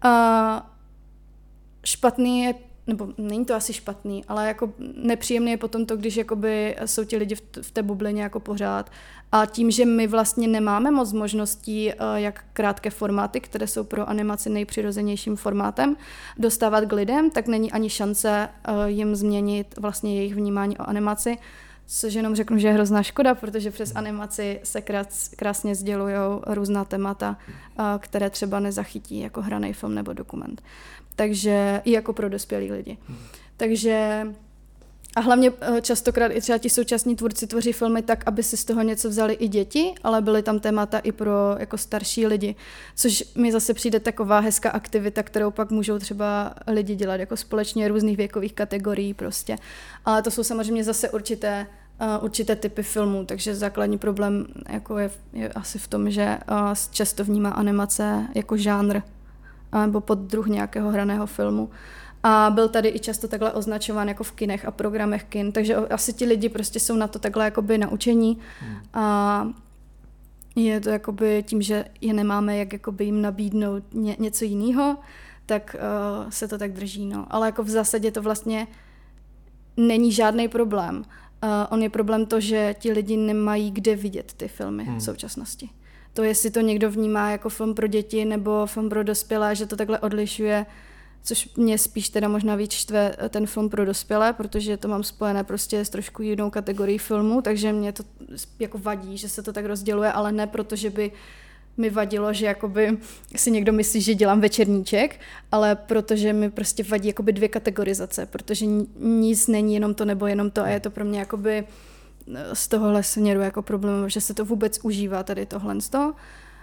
A špatný je, nebo není to asi špatný, ale jako nepříjemný je potom to, když jakoby jsou ti lidi v, t- v té bublině jako pořád. A tím, že my vlastně nemáme moc možností, jak krátké formáty, které jsou pro animaci nejpřirozenějším formátem, dostávat k lidem, tak není ani šance jim změnit vlastně jejich vnímání o animaci, což jenom řeknu, že je hrozná škoda, protože přes animaci se krás, krásně sdělujou různá témata, které třeba nezachytí jako hraný film nebo dokument. Takže i jako pro dospělí lidi. Hmm. Takže a hlavně častokrát i třeba ti současní tvůrci tvoří filmy tak, aby si z toho něco vzali i děti, ale byly tam témata i pro jako starší lidi, což mi zase přijde taková hezká aktivita, kterou pak můžou třeba lidi dělat jako společně různých věkových kategorií prostě. Ale to jsou samozřejmě zase určité Uh, určité typy filmů, takže základní problém jako je, je asi v tom, že uh, často vnímá animace jako žánr nebo poddruh nějakého hraného filmu. A byl tady i často takhle označován jako v kinech a programech kin, takže asi ti lidi prostě jsou na to takhle jakoby naučení hmm. a je to jakoby tím, že je nemáme jak jakoby jim nabídnout ně, něco jiného, tak uh, se to tak drží. No. Ale jako v zásadě to vlastně není žádný problém. Uh, on je problém to, že ti lidi nemají kde vidět ty filmy hmm. v současnosti. To, jestli to někdo vnímá jako film pro děti nebo film pro dospělé, že to takhle odlišuje, což mě spíš teda možná víc štve ten film pro dospělé, protože to mám spojené prostě s trošku jinou kategorií filmu, takže mě to jako vadí, že se to tak rozděluje, ale ne proto, že by mi vadilo, že jakoby si někdo myslí, že dělám Večerníček, ale protože mi prostě vadí jakoby dvě kategorizace, protože nic není jenom to nebo jenom to a je to pro mě jakoby z tohohle směru jako problém, že se to vůbec užívá tady tohle z toho.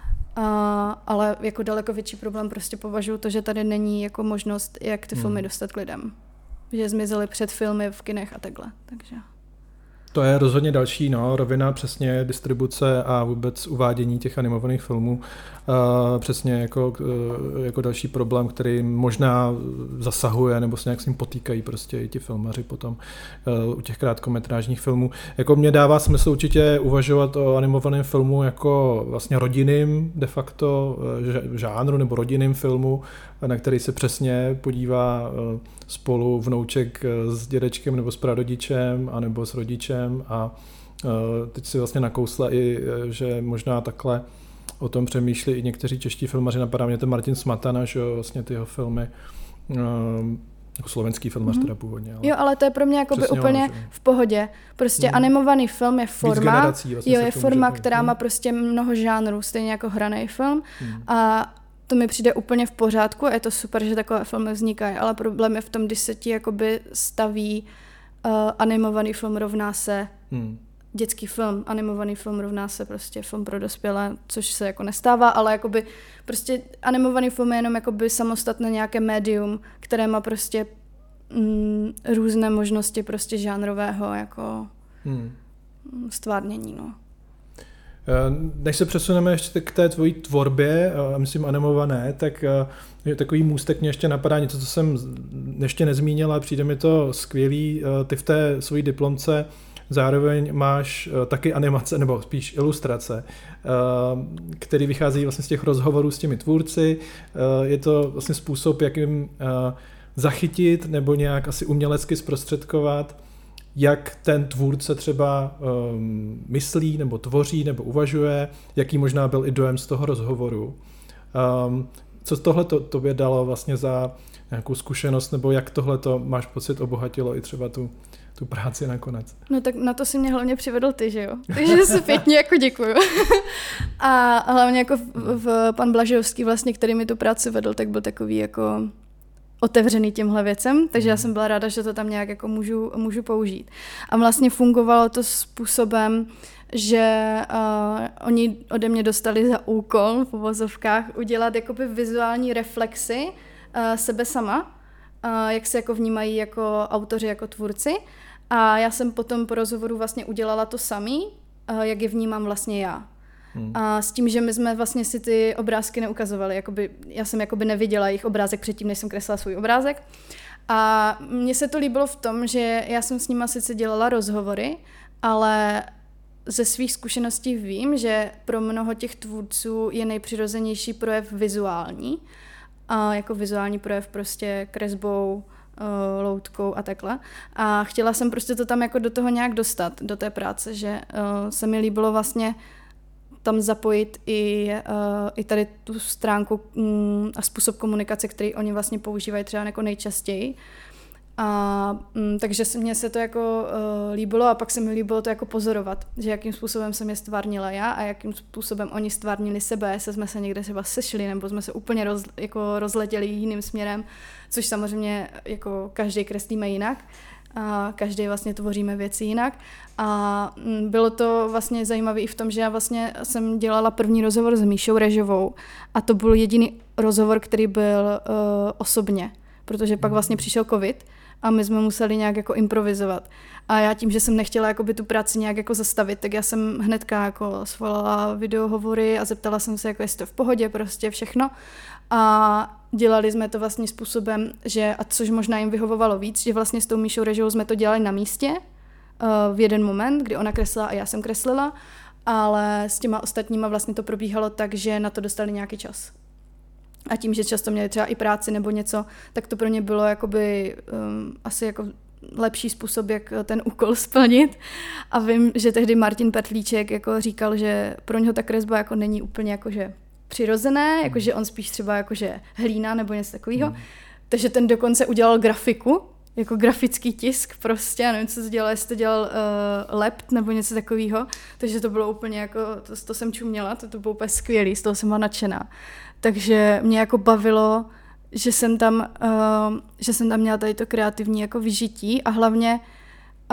A, ale jako daleko větší problém prostě považuji to, že tady není jako možnost, jak ty hmm. filmy dostat k lidem. Že zmizely před filmy v kinech a takhle. Takže... To je rozhodně další no, rovina, přesně distribuce a vůbec uvádění těch animovaných filmů. Uh, přesně jako, uh, jako další problém, který možná zasahuje nebo se nějak s ním potýkají prostě i ti filmaři potom uh, u těch krátkometrážních filmů. Jako mě dává smysl určitě uvažovat o animovaném filmu jako vlastně rodinným de facto uh, žánru nebo rodinným filmu, na který se přesně podívá uh, spolu vnouček s dědečkem nebo s prarodičem anebo s rodičem a uh, teď si vlastně nakousla i, že možná takhle o tom přemýšlí i někteří čeští filmaři, napadá mě ten Martin Smatana, že jo, vlastně ty jeho filmy, uh, jako slovenský filmař mm-hmm. teda původně. Ale jo, ale to je pro mě jakoby úplně ono, v pohodě. Prostě mm. animovaný film je forma, vlastně jo, je forma, může, která mm. má prostě mnoho žánrů, stejně jako hraný film mm. a to mi přijde úplně v pořádku a je to super, že takové filmy vznikají, ale problém je v tom, když se ti jakoby staví uh, animovaný film rovná se hmm. dětský film, animovaný film rovná se prostě film pro dospělé, což se jako nestává, ale jakoby prostě animovaný film je jenom jakoby samostatné nějaké médium, které má prostě mm, různé možnosti prostě žánrového jako hmm. stvárnění, no. Než se přesuneme ještě k té tvojí tvorbě, myslím animované, tak takový můstek mě ještě napadá něco, co jsem ještě nezmínila, přijde mi to skvělý. Ty v té svojí diplomce zároveň máš taky animace, nebo spíš ilustrace, který vychází vlastně z těch rozhovorů s těmi tvůrci. Je to vlastně způsob, jak jim zachytit nebo nějak asi umělecky zprostředkovat, jak ten tvůrce třeba um, myslí, nebo tvoří, nebo uvažuje, jaký možná byl i dojem z toho rozhovoru. Um, co z tohle to, tobě dalo vlastně za nějakou zkušenost, nebo jak tohle to máš pocit obohatilo i třeba tu, tu práci nakonec? No tak na to si mě hlavně přivedl ty, že jo? Takže se pěkně jako děkuju. A hlavně jako v, v pan Blažejovský vlastně, který mi tu práci vedl, tak byl takový jako otevřený těmhle věcem, takže já jsem byla ráda, že to tam nějak jako můžu, můžu použít. A vlastně fungovalo to způsobem, že uh, oni ode mě dostali za úkol v uvozovkách udělat jakoby vizuální reflexy uh, sebe sama, uh, jak se jako vnímají jako autoři, jako tvůrci. A já jsem potom po rozhovoru vlastně udělala to samý, uh, jak je vnímám vlastně já. Hmm. A s tím, že my jsme vlastně si ty obrázky neukazovali, jakoby, já jsem jakoby neviděla jejich obrázek předtím, než jsem kreslila svůj obrázek. A mně se to líbilo v tom, že já jsem s nima sice dělala rozhovory, ale ze svých zkušeností vím, že pro mnoho těch tvůrců je nejpřirozenější projev vizuální. A jako vizuální projev prostě kresbou, loutkou a takhle. A chtěla jsem prostě to tam jako do toho nějak dostat, do té práce, že se mi líbilo vlastně tam zapojit i, uh, i tady tu stránku um, a způsob komunikace, který oni vlastně používají třeba jako nejčastěji. A um, takže mně se to jako uh, líbilo a pak se mi líbilo to jako pozorovat, že jakým způsobem jsem je stvárnila já a jakým způsobem oni stvárnili sebe, se jsme se někde třeba sešli nebo jsme se úplně roz, jako rozletěli jiným směrem, což samozřejmě jako každý kreslíme jinak. A každý vlastně tvoříme věci jinak. A bylo to vlastně zajímavé i v tom, že já vlastně jsem dělala první rozhovor s Míšou Režovou a to byl jediný rozhovor, který byl uh, osobně, protože pak vlastně přišel covid a my jsme museli nějak jako improvizovat. A já tím, že jsem nechtěla jakoby tu práci nějak jako zastavit, tak já jsem hnedka jako svolala videohovory a zeptala jsem se, jako jestli to v pohodě, prostě všechno. A dělali jsme to vlastně způsobem, že, a což možná jim vyhovovalo víc, že vlastně s tou Míšou Režovou jsme to dělali na místě uh, v jeden moment, kdy ona kreslila a já jsem kreslila, ale s těma ostatníma vlastně to probíhalo tak, že na to dostali nějaký čas. A tím, že často měli třeba i práci nebo něco, tak to pro ně bylo jakoby um, asi jako lepší způsob, jak ten úkol splnit. A vím, že tehdy Martin Pertlíček jako říkal, že pro něho ta kresba jako není úplně jakože přirozené, jakože on spíš třeba jakože hlína nebo něco takového. Mm. Takže ten dokonce udělal grafiku, jako grafický tisk prostě, já nevím, co to dělal, jestli to dělal uh, lept nebo něco takového. Takže to bylo úplně jako, to, to jsem čuměla, to, to bylo úplně skvělý, z toho jsem byla nadšená. Takže mě jako bavilo, že jsem tam, uh, že jsem tam měla tady to kreativní jako vyžití a hlavně uh,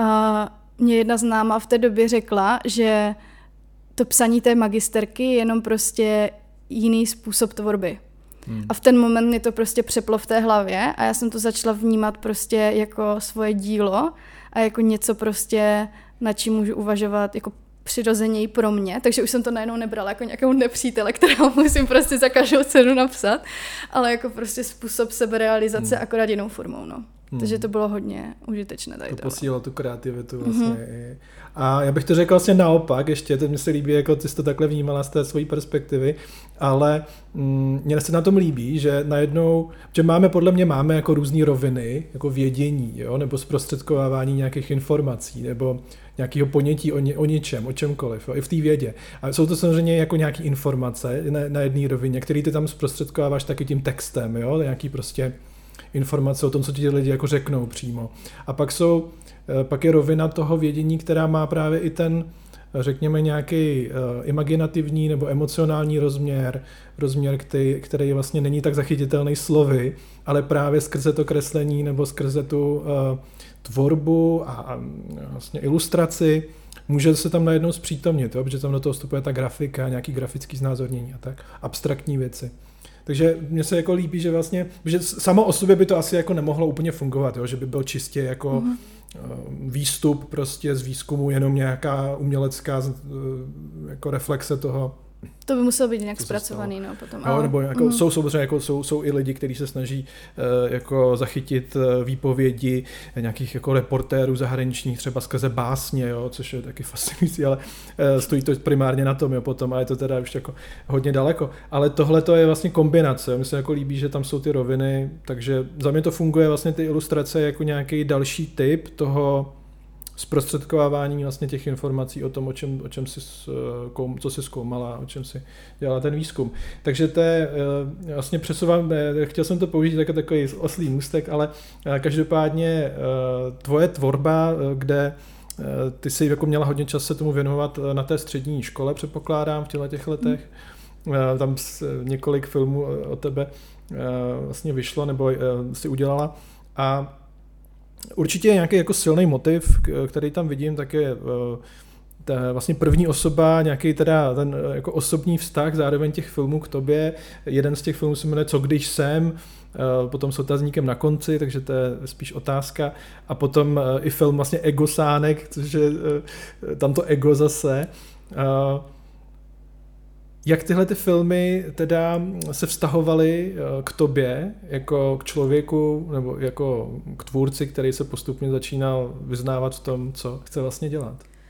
mě jedna známá v té době řekla, že to psaní té magisterky je jenom prostě jiný způsob tvorby. Hmm. A v ten moment mě to prostě přeplo v té hlavě a já jsem to začala vnímat prostě jako svoje dílo a jako něco prostě, na čím můžu uvažovat jako přirozeněji pro mě, takže už jsem to najednou nebrala jako nějakého nepřítele, kterého musím prostě za každou cenu napsat, ale jako prostě způsob seberealizace hmm. akorát jinou formou, no. Hmm. Takže to bylo hodně užitečné tady to. To posílilo tu kreativitu vlastně. Mm-hmm. A já bych to řekl vlastně naopak, ještě, teď mi se líbí, jako ty jsi to takhle vnímala z té své perspektivy, ale mm, mně se na tom líbí, že najednou, že máme, podle mě máme jako různý roviny, jako vědění, jo, nebo zprostředkovávání nějakých informací, nebo nějakého ponětí o, ně, o něčem, o čemkoliv, jo, i v té vědě. A jsou to samozřejmě jako nějaké informace na, na jedné rovině, které ty tam zprostředkováváš taky tím textem, jo, nějaký prostě informace o tom, co ti lidi jako řeknou přímo. A pak jsou, pak je rovina toho vědění, která má právě i ten, řekněme, nějaký uh, imaginativní nebo emocionální rozměr, rozměr, který, který vlastně není tak zachytitelný slovy, ale právě skrze to kreslení nebo skrze tu uh, tvorbu a, a vlastně ilustraci může se tam najednou zpřítomnit, jo, protože tam do toho vstupuje ta grafika, nějaký grafický znázornění a tak, abstraktní věci. Takže mně se jako líbí, že vlastně, že samo o sobě by to asi jako nemohlo úplně fungovat, jo? Že by byl čistě jako mm-hmm. výstup prostě z výzkumu, jenom nějaká umělecká jako reflexe toho. To by muselo být nějak zpracovaný, no, potom. No, nebo jako, mm. jsou samozřejmě jako, jsou, jsou i lidi, kteří se snaží uh, jako zachytit uh, výpovědi nějakých jako reportérů zahraničních, třeba skrze básně, jo, což je taky fascinující, ale uh, stojí to primárně na tom, jo, potom, a je to teda už jako hodně daleko. Ale tohle to je vlastně kombinace, mně se jako líbí, že tam jsou ty roviny, takže za mě to funguje vlastně ty ilustrace jako nějaký další typ toho zprostředkovávání vlastně těch informací o tom, o čem, o čem si, co si zkoumala, o čem si dělala ten výzkum. Takže to je, vlastně přesouvám, chtěl jsem to použít jako takový oslý můstek, ale každopádně tvoje tvorba, kde ty jsi jako měla hodně čas se tomu věnovat na té střední škole, předpokládám, v těchto těch letech. Hmm. Tam několik filmů o tebe vlastně vyšlo, nebo si udělala. A určitě nějaký jako silný motiv, který tam vidím, tak je ta vlastně první osoba, nějaký teda ten jako osobní vztah, zároveň těch filmů k tobě. Jeden z těch filmů se jmenuje Co když jsem, potom s otazníkem na konci, takže to je spíš otázka. A potom i film vlastně Egosánek, což je tam to ego zase. Jak tyhle ty filmy teda se vztahovaly k tobě, jako k člověku, nebo jako k tvůrci, který se postupně začínal vyznávat v tom, co chce vlastně dělat?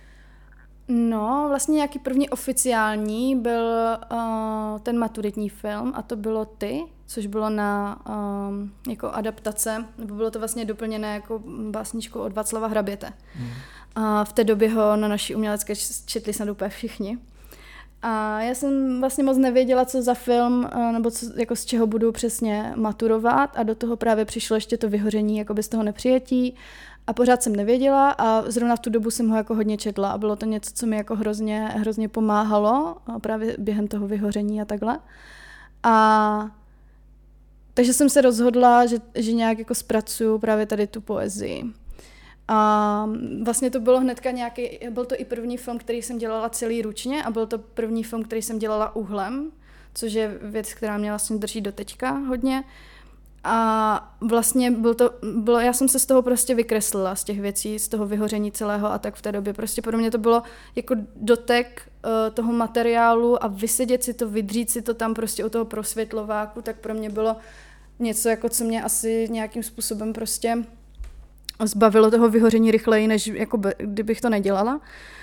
No, vlastně nějaký první oficiální byl uh, ten maturitní film a to bylo Ty, což bylo na um, jako adaptace, nebo bylo to vlastně doplněné jako básničkou od Václava Hraběte. Hmm. A v té době ho na naší umělecké četli snad úplně všichni. A já jsem vlastně moc nevěděla, co za film, nebo co, jako z čeho budu přesně maturovat a do toho právě přišlo ještě to vyhoření jako bez toho nepřijetí a pořád jsem nevěděla a zrovna v tu dobu jsem ho jako hodně četla a bylo to něco, co mi jako hrozně, hrozně pomáhalo právě během toho vyhoření a takhle. A takže jsem se rozhodla, že, že nějak jako zpracuju právě tady tu poezii. A vlastně to bylo hnedka nějaký, byl to i první film, který jsem dělala celý ručně a byl to první film, který jsem dělala úhlem, což je věc, která mě vlastně drží do teďka hodně. A vlastně byl to, bylo, já jsem se z toho prostě vykreslila, z těch věcí, z toho vyhoření celého a tak v té době. Prostě pro mě to bylo jako dotek uh, toho materiálu a vysedět si to, vydřít si to tam prostě u toho prosvětlováku, tak pro mě bylo něco, jako co mě asi nějakým způsobem prostě zbavilo toho vyhoření rychleji, než jako by, kdybych to nedělala.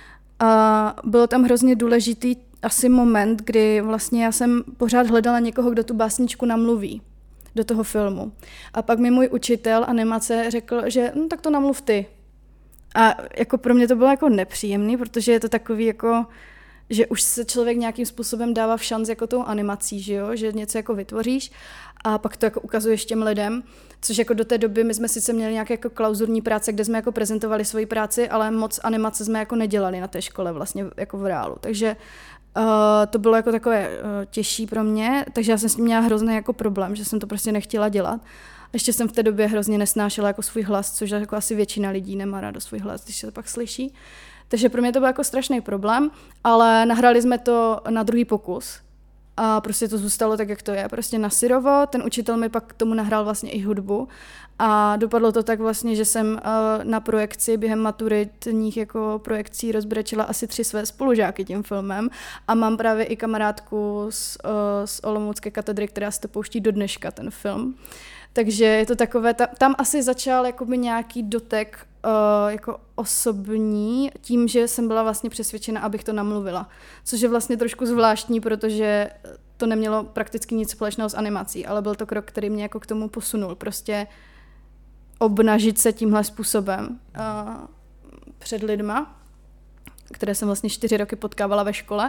A bylo tam hrozně důležitý asi moment, kdy vlastně já jsem pořád hledala někoho, kdo tu básničku namluví do toho filmu. A pak mi můj učitel animace řekl, že no, tak to namluv ty. A jako pro mě to bylo jako nepříjemný, protože je to takový jako, že už se člověk nějakým způsobem dává v šanc jako tou animací, že jo, že něco jako vytvoříš a pak to jako ukazuješ těm lidem, což jako do té doby my jsme sice měli nějaké jako klauzurní práce, kde jsme jako prezentovali svoji práci, ale moc animace jsme jako nedělali na té škole vlastně jako v reálu, takže uh, to bylo jako takové uh, těžší pro mě, takže já jsem s tím měla hrozný jako problém, že jsem to prostě nechtěla dělat. Ještě jsem v té době hrozně nesnášela jako svůj hlas, což jako asi většina lidí nemá ráda svůj hlas, když se to pak slyší. Takže pro mě to byl jako strašný problém, ale nahrali jsme to na druhý pokus a prostě to zůstalo tak, jak to je, prostě na syrovo. Ten učitel mi pak k tomu nahrál vlastně i hudbu a dopadlo to tak vlastně, že jsem na projekci během maturitních jako projekcí rozbrečela asi tři své spolužáky tím filmem a mám právě i kamarádku z, z Olomoucké katedry, která se to pouští do dneška, ten film. Takže je to takové, ta, tam asi začal jakoby nějaký dotek uh, jako osobní, tím, že jsem byla vlastně přesvědčena, abych to namluvila. Což je vlastně trošku zvláštní, protože to nemělo prakticky nic společného s animací, ale byl to krok, který mě jako k tomu posunul. Prostě obnažit se tímhle způsobem uh, před lidma, které jsem vlastně čtyři roky potkávala ve škole.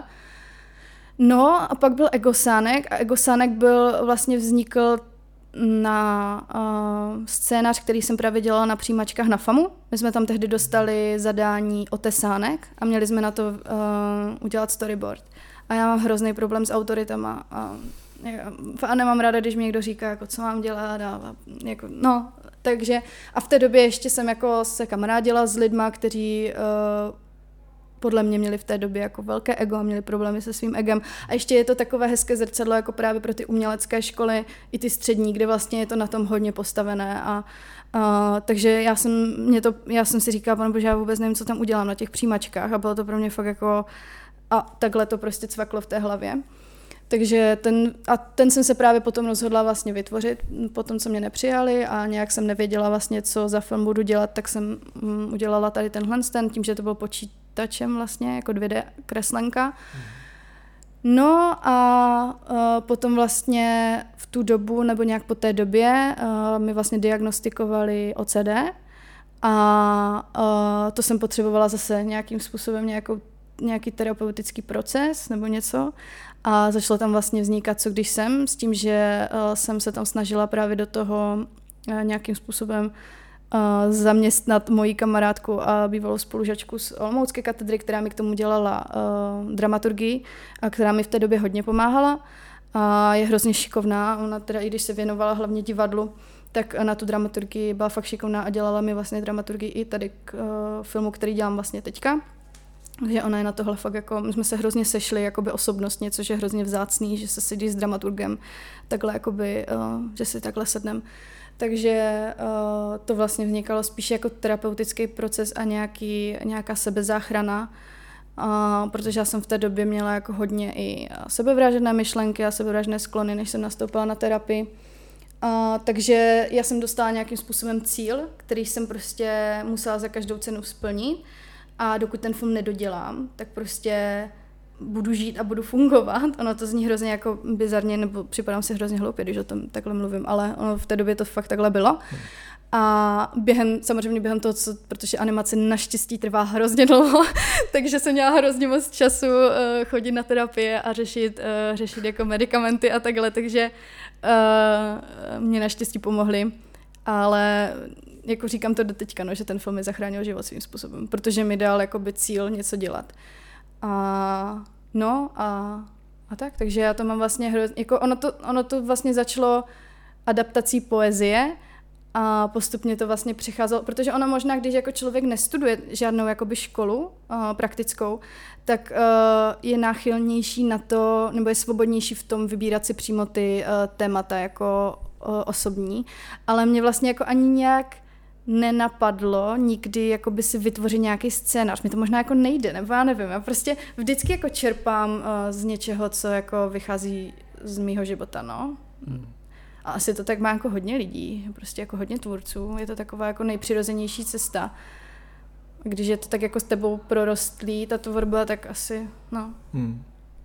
No a pak byl Egosánek a Egosánek byl vlastně vznikl na uh, scénář, který jsem právě dělala na přijímačkách na FAMu. My jsme tam tehdy dostali zadání o tesánek a měli jsme na to uh, udělat storyboard. A já mám hrozný problém s autoritama a, a nemám ráda, když mi někdo říká, jako, co mám dělat. A, a, jako, no, takže a v té době ještě jsem jako se kamarádila s lidma, kteří uh, podle mě měli v té době jako velké ego a měli problémy se svým egem. A ještě je to takové hezké zrcadlo jako právě pro ty umělecké školy, i ty střední, kde vlastně je to na tom hodně postavené. A, a, takže já jsem, mě to, já jsem si říkala, pane bože, já vůbec nevím, co tam udělám na těch přijímačkách a bylo to pro mě fakt jako a takhle to prostě cvaklo v té hlavě. Takže ten, a ten jsem se právě potom rozhodla vlastně vytvořit, potom co mě nepřijali a nějak jsem nevěděla vlastně, co za film budu dělat, tak jsem um, udělala tady tenhle ten, tím, že to byl počítačem vlastně, jako dvě dé kreslenka. No a uh, potom vlastně v tu dobu, nebo nějak po té době, uh, mi vlastně diagnostikovali O C D A uh, to jsem potřebovala zase nějakým způsobem nějakou, nějaký terapeutický proces nebo něco. A začalo tam vlastně vznikat Co když jsem, s tím, že uh, jsem se tam snažila právě do toho uh, nějakým způsobem uh, zaměstnat moji kamarádku a bývalou spolužačku z Olomoucké katedry, která mi k tomu dělala uh, dramaturgii a která mi v té době hodně pomáhala. A je hrozně šikovná, ona teda i když se věnovala hlavně divadlu, tak na tu dramaturgii byla fakt šikovná a dělala mi vlastně dramaturgii i tady k uh, filmu, který dělám vlastně teďka. Takže ona je na tohle fakt jako, my jsme se hrozně sešli jakoby osobnostně, což je hrozně vzácný, že se sedí s dramaturgem takhle jakoby, uh, že si takhle sednem. Takže uh, to vlastně vznikalo spíš jako terapeutický proces a nějaký, nějaká sebezáchrana, uh, protože já jsem v té době měla jako hodně i sebevražedné myšlenky a sebevražedné sklony, než jsem nastoupila na terapii. Uh, takže já jsem dostala nějakým způsobem cíl, který jsem prostě musela za každou cenu splnit a dokud ten film nedodělám, tak prostě budu žít a budu fungovat. Ono to zní hrozně jako bizarně, nebo připadám si hrozně hloupě, když o tom takhle mluvím, ale ono v té době to fakt takhle bylo. A během, samozřejmě během toho, co, protože animace naštěstí trvá hrozně dlouho, takže jsem měla hrozně moc času uh, chodit na terapie a řešit, uh, řešit jako medicamenty a takhle, takže uh, mě naštěstí pomohly. Ale jako říkám to do teďka, no, že ten film mi zachránil život svým způsobem, protože mi dal jakoby cíl něco dělat. A no a, a tak, takže já to mám vlastně hrozně, jako ono to, ono to vlastně začalo adaptací poezie a postupně to vlastně přicházelo, protože ono možná, když jako člověk nestuduje žádnou jakoby školu uh, praktickou, tak uh, je náchylnější na to, nebo je svobodnější v tom vybírat si přímo ty uh, témata jako uh, osobní, ale mě vlastně jako ani nějak nenapadlo nikdy jakoby si vytvořit nějaký scénář. Mi to možná jako nejde, nebo já nevím. Já prostě vždycky jako čerpám uh, z něčeho, co jako vychází z mýho života, no. Hmm. A asi to tak má jako hodně lidí, prostě jako hodně tvůrců. Je to taková jako nejpřirozenější cesta. Když je to tak jako s tebou prorostlý, ta tvorba, tak asi, no. Hmm.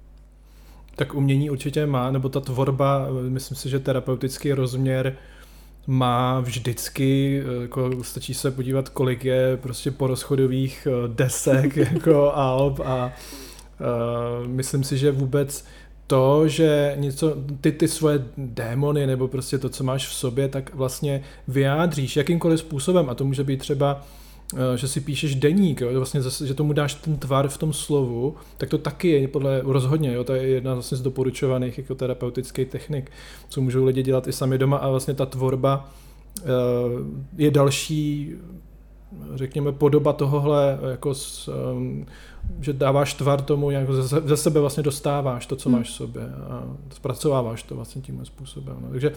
Tak umění určitě má, nebo ta tvorba, myslím si, že terapeutický rozměr má vždycky, jako stačí se podívat, kolik je prostě porozchodových desek jako alb a uh, myslím si, že vůbec to, že něco, ty, ty svoje démony nebo prostě to, co máš v sobě, tak vlastně vyjádříš jakýmkoliv způsobem a to může být třeba, že si píšeš deník, jo, vlastně zase, že tomu dáš ten tvar v tom slovu, tak to taky je podle rozhodně, jo, to je jedna vlastně z doporučovaných jako terapeutických technik, co můžou lidi dělat i sami doma a vlastně ta tvorba je další, řekněme, podoba tohohle, jako s, že dáváš tvar tomu, jako ze, ze sebe vlastně dostáváš to, co hmm. máš v sobě a zpracováváš to vlastně tímhle způsobem. No. Takže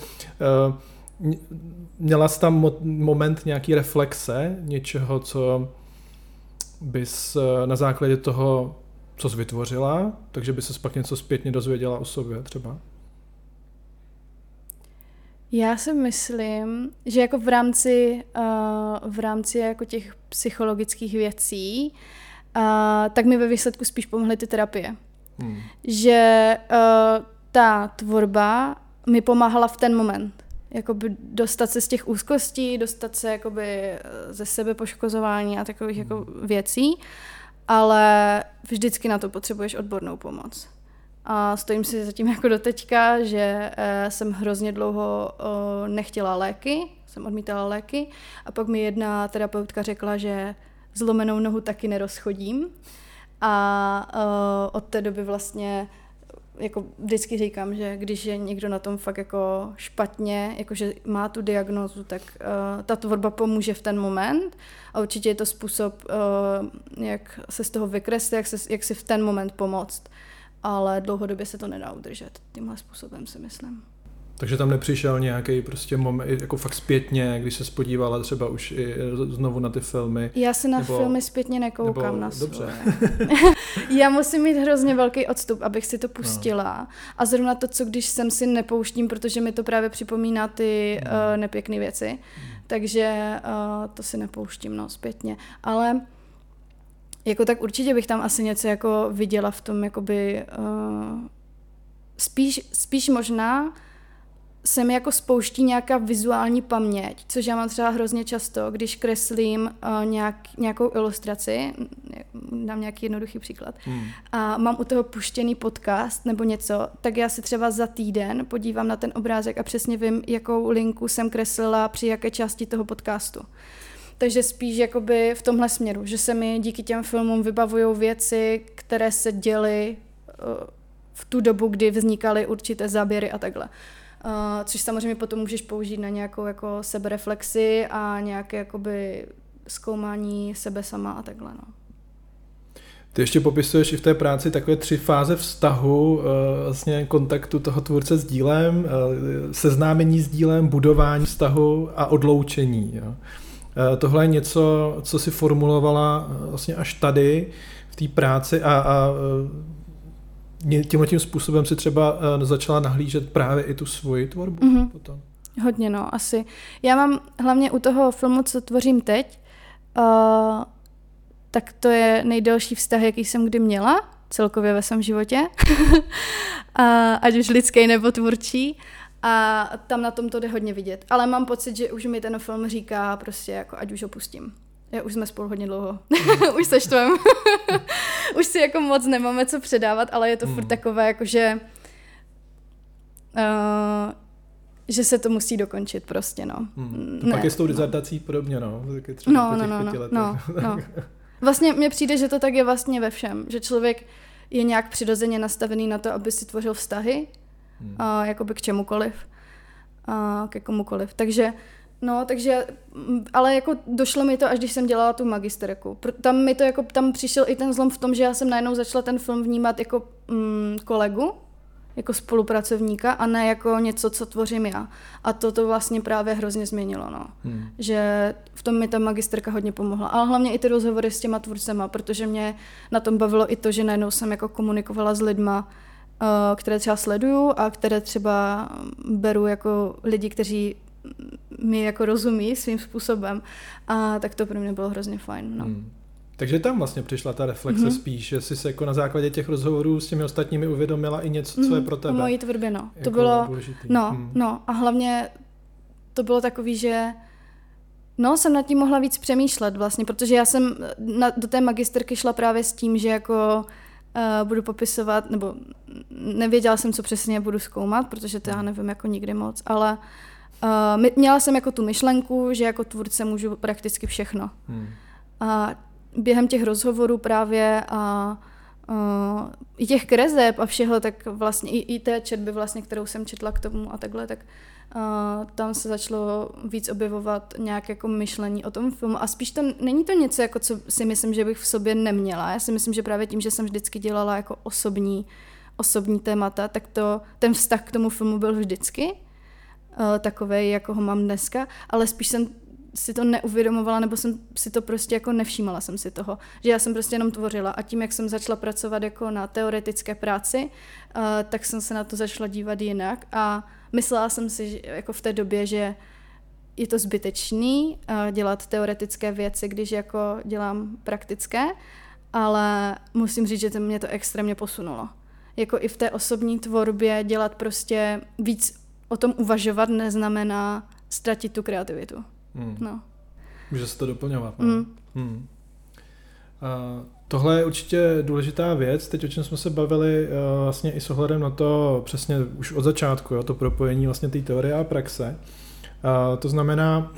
měla jsi tam moment nějaký reflexe, něčeho, co bys na základě toho, co jsi vytvořila, takže by ses pak něco zpětně dozvěděla o sobě třeba? Já si myslím, že jako v rámci, uh, v rámci jako těch psychologických věcí, uh, tak mi ve výsledku spíš pomohly ty terapie. Hmm. Že uh, ta tvorba mi pomáhala v ten moment. Jakoby dostat se z těch úzkostí, dostat se jakoby ze sebepoškozování a takových hmm. jako věcí, ale vždycky na to potřebuješ odbornou pomoc. A stojím si zatím jako doteďka, že eh, jsem hrozně dlouho eh, nechtěla léky, jsem odmítala léky a pak mi jedna terapeutka řekla, že zlomenou nohu taky nerozchodím a eh, od té doby vlastně jako vždycky říkám, že když je někdo na tom fakt jako špatně, jakože má tu diagnózu, tak uh, ta tvorba pomůže v ten moment a určitě je to způsob, uh, jak se z toho vykreslit, jak, se, jak si v ten moment pomoct. Ale dlouhodobě se to nedá udržet. Tímhle způsobem si myslím. Takže tam nepřišel nějaký prostě moment, jako fakt zpětně, když se spodívala třeba už i znovu na ty filmy? Já se na nebo, filmy zpětně nekoukám nebo, na dobře. Já musím mít hrozně velký odstup, abych si to pustila. No. A zrovna to, co když jsem si nepouštím, protože mi to právě připomíná ty no. uh, nepěkné věci. No. Takže uh, to si nepouštím, no, zpětně. Ale jako tak určitě bych tam asi něco jako viděla v tom, jakoby uh, spíš, spíš možná se mi jako spouští nějaká vizuální paměť, což já mám třeba hrozně často, když kreslím uh, nějak, nějakou ilustraci, dám nějaký jednoduchý příklad, hmm. a mám u toho puštěný podcast nebo něco, tak já si třeba za týden podívám na ten obrázek a přesně vím, jakou linku jsem kreslila při jaké části toho podcastu. Takže spíš jakoby v tomhle směru, že se mi díky těm filmům vybavují věci, které se děly uh, v tu dobu, kdy vznikaly určité záběry a takhle. Uh, což samozřejmě potom můžeš použít na nějakou jako sebereflexi a nějaké jakoby zkoumání sebe sama a takhle. No. Ty ještě popisuješ i v té práci takové tři fáze vztahu, uh, vlastně kontaktu toho tvůrce s dílem, uh, seznámení s dílem, budování vztahu a odloučení. Jo. Uh, tohle je něco, co si formulovala uh, vlastně až tady v té práci a, a uh, tímhle tím způsobem si třeba uh, začala nahlížet právě i tu svoji tvorbu mm-hmm. potom. Hodně, no, asi. Já mám hlavně u toho filmu, co tvořím teď, uh, tak to je nejdelší vztah, jaký jsem kdy měla, celkově ve svém životě, a, ať už lidský nebo tvůrčí. A tam na tom to jde hodně vidět. Ale mám pocit, že už mi ten film říká prostě, jako ať už ho pustím. Já už jsme spolu hodně dlouho. Už se štvem. Už si jako moc nemáme co předávat, ale je to mm. furt takové, jako že, uh, že se to musí dokončit prostě, no. Mm. To ne, pak je s tou dizertací no. podobně, no. Taky třeba no, no, no, no, no, no. Vlastně mně přijde, že to tak je vlastně ve všem. Že člověk je nějak přirozeně nastavený na to, aby si tvořil vztahy, hmm. a jakoby k čemukoliv, a ke komukoliv. Takže, no, takže, ale jako došlo mi to, až když jsem dělala tu magisterku. Tam mi to jako, tam přišel i ten zlom v tom, že já jsem najednou začala ten film vnímat jako mm, kolegu, jako spolupracovníka a ne jako něco, co tvořím já. A to to vlastně právě hrozně změnilo, no. Hmm. Že v tom mi ta magisterka hodně pomohla. Ale hlavně i ty rozhovory s těma tvůrcema, protože mě na tom bavilo i to, že najednou jsem jako komunikovala s lidma, které třeba sleduju a které třeba beru jako lidi, kteří mi jako rozumí svým způsobem. A tak to pro mě bylo hrozně fajn, no. Hmm. Takže tam vlastně přišla ta reflexe mm-hmm. spíš, že jsi se jako na základě těch rozhovorů s těmi ostatními uvědomila i něco, co mm, je pro tebe. O mojí tvorbě, no. Jako to bylo, důležitý. no, hmm. no a hlavně to bylo takový, že no, jsem nad tím mohla víc přemýšlet vlastně, protože já jsem na, do té magisterky šla právě s tím, že jako uh, budu popisovat, nebo nevěděla jsem, co přesně budu zkoumat, protože to já nevím jako nikdy moc, ale uh, měla jsem jako tu myšlenku, že jako tvůrce můžu prakticky všechno. Hmm. A během těch rozhovorů právě a uh, i těch kreseb a všeho, tak vlastně i, i té četby vlastně, kterou jsem četla k tomu a takhle, tak uh, tam se začalo víc objevovat nějaké jako myšlení o tom filmu a spíš to není to něco, jako co si myslím, že bych v sobě neměla. Já si myslím, že právě tím, že jsem vždycky dělala jako osobní, osobní témata, tak to, ten vztah k tomu filmu byl vždycky uh, takovej, jako ho mám dneska, ale spíš jsem si to neuvědomovala, nebo jsem si to prostě jako nevšímala jsem si toho, že já jsem prostě jenom tvořila a tím, jak jsem začala pracovat jako na teoretické práci, uh, tak jsem se na to začala dívat jinak a myslela jsem si že, jako v té době, že je to zbytečný uh, dělat teoretické věci, když jako dělám praktické, ale musím říct, že to mě to extrémně posunulo. Jako i v té osobní tvorbě dělat prostě víc o tom uvažovat neznamená ztratit tu kreativitu. Hmm. No. Může se to doplňovat. No? Hmm. Hmm. A tohle je určitě důležitá věc, teď o čem jsme se bavili vlastně i s ohledem na to přesně už od začátku, jo, to propojení vlastně té teorie a praxe. A to znamená,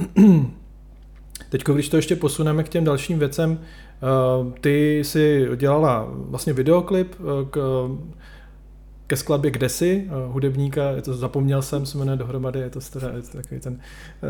teď když to ještě posuneme k těm dalším věcem, ty si dělala vlastně videoklip k ke skladbě Kdesi, hudebníka, je to zapomněl jsem, se jmenuje dohromady, je to, stara, je to takový ten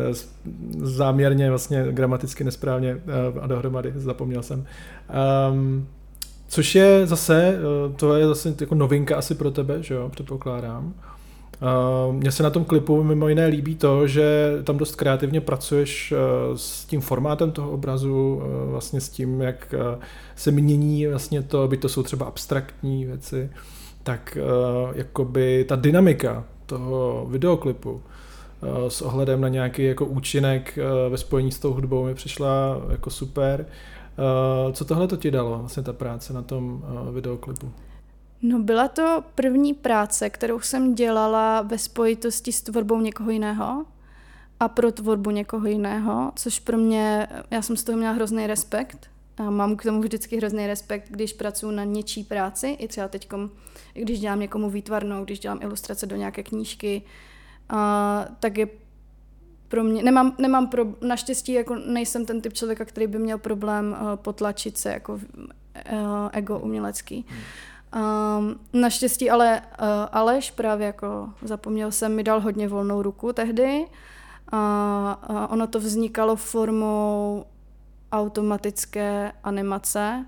záměrně vlastně gramaticky nesprávně a dohromady, zapomněl jsem. Um, což je zase, to je zase jako novinka asi pro tebe, že jo, předpokládám. Uh, mně se na tom klipu mimo jiné líbí to, že tam dost kreativně pracuješ uh, s tím formátem toho obrazu, uh, vlastně s tím, jak uh, se mění vlastně to, by to jsou třeba abstraktní věci, tak uh, jakoby ta dynamika toho videoklipu uh, s ohledem na nějaký jako účinek uh, ve spojení s tou hudbou mi přišla jako super. Uh, co tohle to ti dalo, vlastně ta práce na tom uh, videoklipu? No byla to první práce, kterou jsem dělala ve spojitosti s tvorbou někoho jiného a pro tvorbu někoho jiného, což pro mě, já jsem z toho měla hrozný respekt a mám k tomu vždycky hrozný respekt, když pracuji na něčí práci, i třeba teďkom, když dělám někomu výtvarnou, když dělám ilustrace do nějaké knížky, a, tak je pro mě, nemám, nemám pro, naštěstí jako nejsem ten typ člověka, který by měl problém uh, potlačit se jako uh, ego umělecký. Hmm. Um, naštěstí ale uh, Aleš právě jako zapomněl jsem, mi dal hodně volnou ruku tehdy a, a ono to vznikalo formou automatické animace.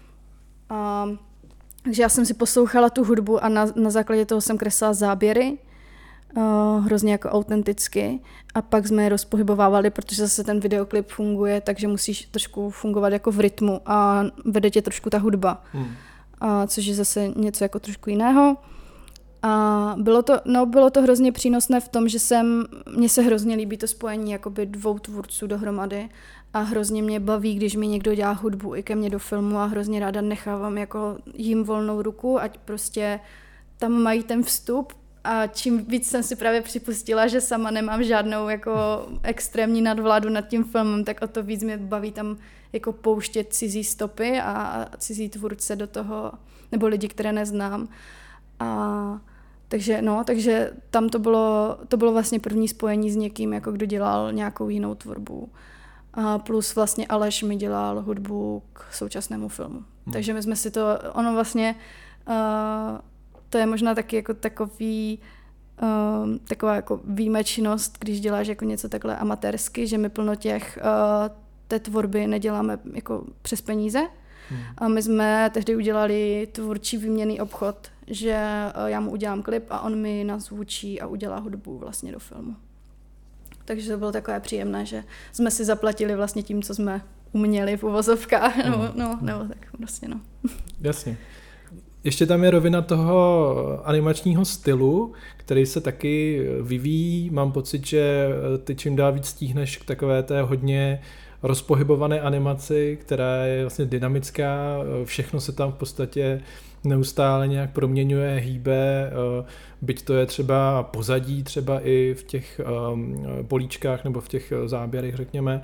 A, takže já jsem si poslouchala tu hudbu a na, na základě toho jsem kreslila záběry, uh, hrozně jako autenticky a pak jsme je rozpohybovávali, protože zase ten videoklip funguje, takže musíš trošku fungovat jako v rytmu a vede tě trošku ta hudba. Hmm. A což je zase něco jako trošku jiného. A bylo to, no, bylo to hrozně přínosné v tom, že jsem, mně se hrozně líbí to spojení jakoby dvou tvůrců dohromady a hrozně mě baví, když mi někdo dělá hudbu i ke mně do filmu a hrozně ráda nechávám jako jim volnou ruku, ať prostě tam mají ten vstup a čím víc jsem si právě připustila, že sama nemám žádnou jako extrémní nadvládu nad tím filmem, tak o to víc mě baví tam jako pouštět cizí stopy a cizí tvůrce do toho, nebo lidi, které neznám. A takže no, takže tam to bylo, to bylo vlastně první spojení s někým, jako kdo dělal nějakou jinou tvorbu. A plus vlastně Aleš mi dělal hudbu k současnému filmu. Hmm. Takže my jsme si to, ono vlastně, uh, to je možná taky jako takový, uh, taková jako výjimečnost, když děláš jako něco takhle amatérsky, že my plno těch uh, té tvorby neděláme jako přes peníze. Hmm. A my jsme tehdy udělali tvůrčí výměnný obchod, že já mu udělám klip a on mi nazvučí a udělá hudbu vlastně do filmu. Takže to bylo takové příjemné, že jsme si zaplatili vlastně tím, co jsme uměli v uvozovkách. Hmm. No, no, nebo tak vlastně no. Jasně. Ještě tam je rovina toho animačního stylu, který se taky vyvíjí. Mám pocit, že ty čím dál víc stíhneš k takové té hodně rozpohybované animaci, která je vlastně dynamická, všechno se tam v podstatě neustále nějak proměňuje, hýbe, byť to je třeba pozadí, třeba i v těch políčkách nebo v těch záběrech, řekněme.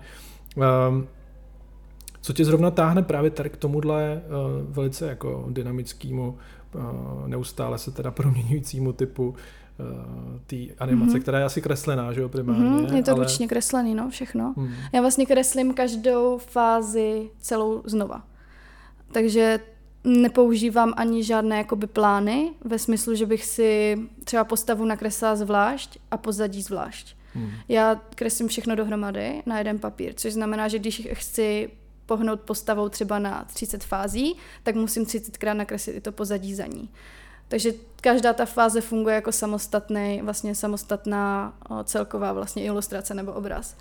Co tě zrovna táhne právě tady k tomuhle velice jako dynamickému, neustále se teda proměňujícímu typu té animace, mm-hmm. která je asi kreslená, že jo, primárně. Mm-hmm, je to ale... ručně kreslený, no, všechno. Mm. Já vlastně kreslím každou fázi celou znova. Takže nepoužívám ani žádné jakoby plány, ve smyslu, že bych si třeba postavu nakreslila zvlášť a pozadí zvlášť. Mm. Já kreslím všechno dohromady na jeden papír, což znamená, že když chci pohnout postavou třeba na třicet fází, tak musím třicetkrát nakreslit i to pozadí za ní. Takže každá ta fáze funguje jako samostatný, vlastně samostatná o, celková vlastně ilustrace nebo obraz.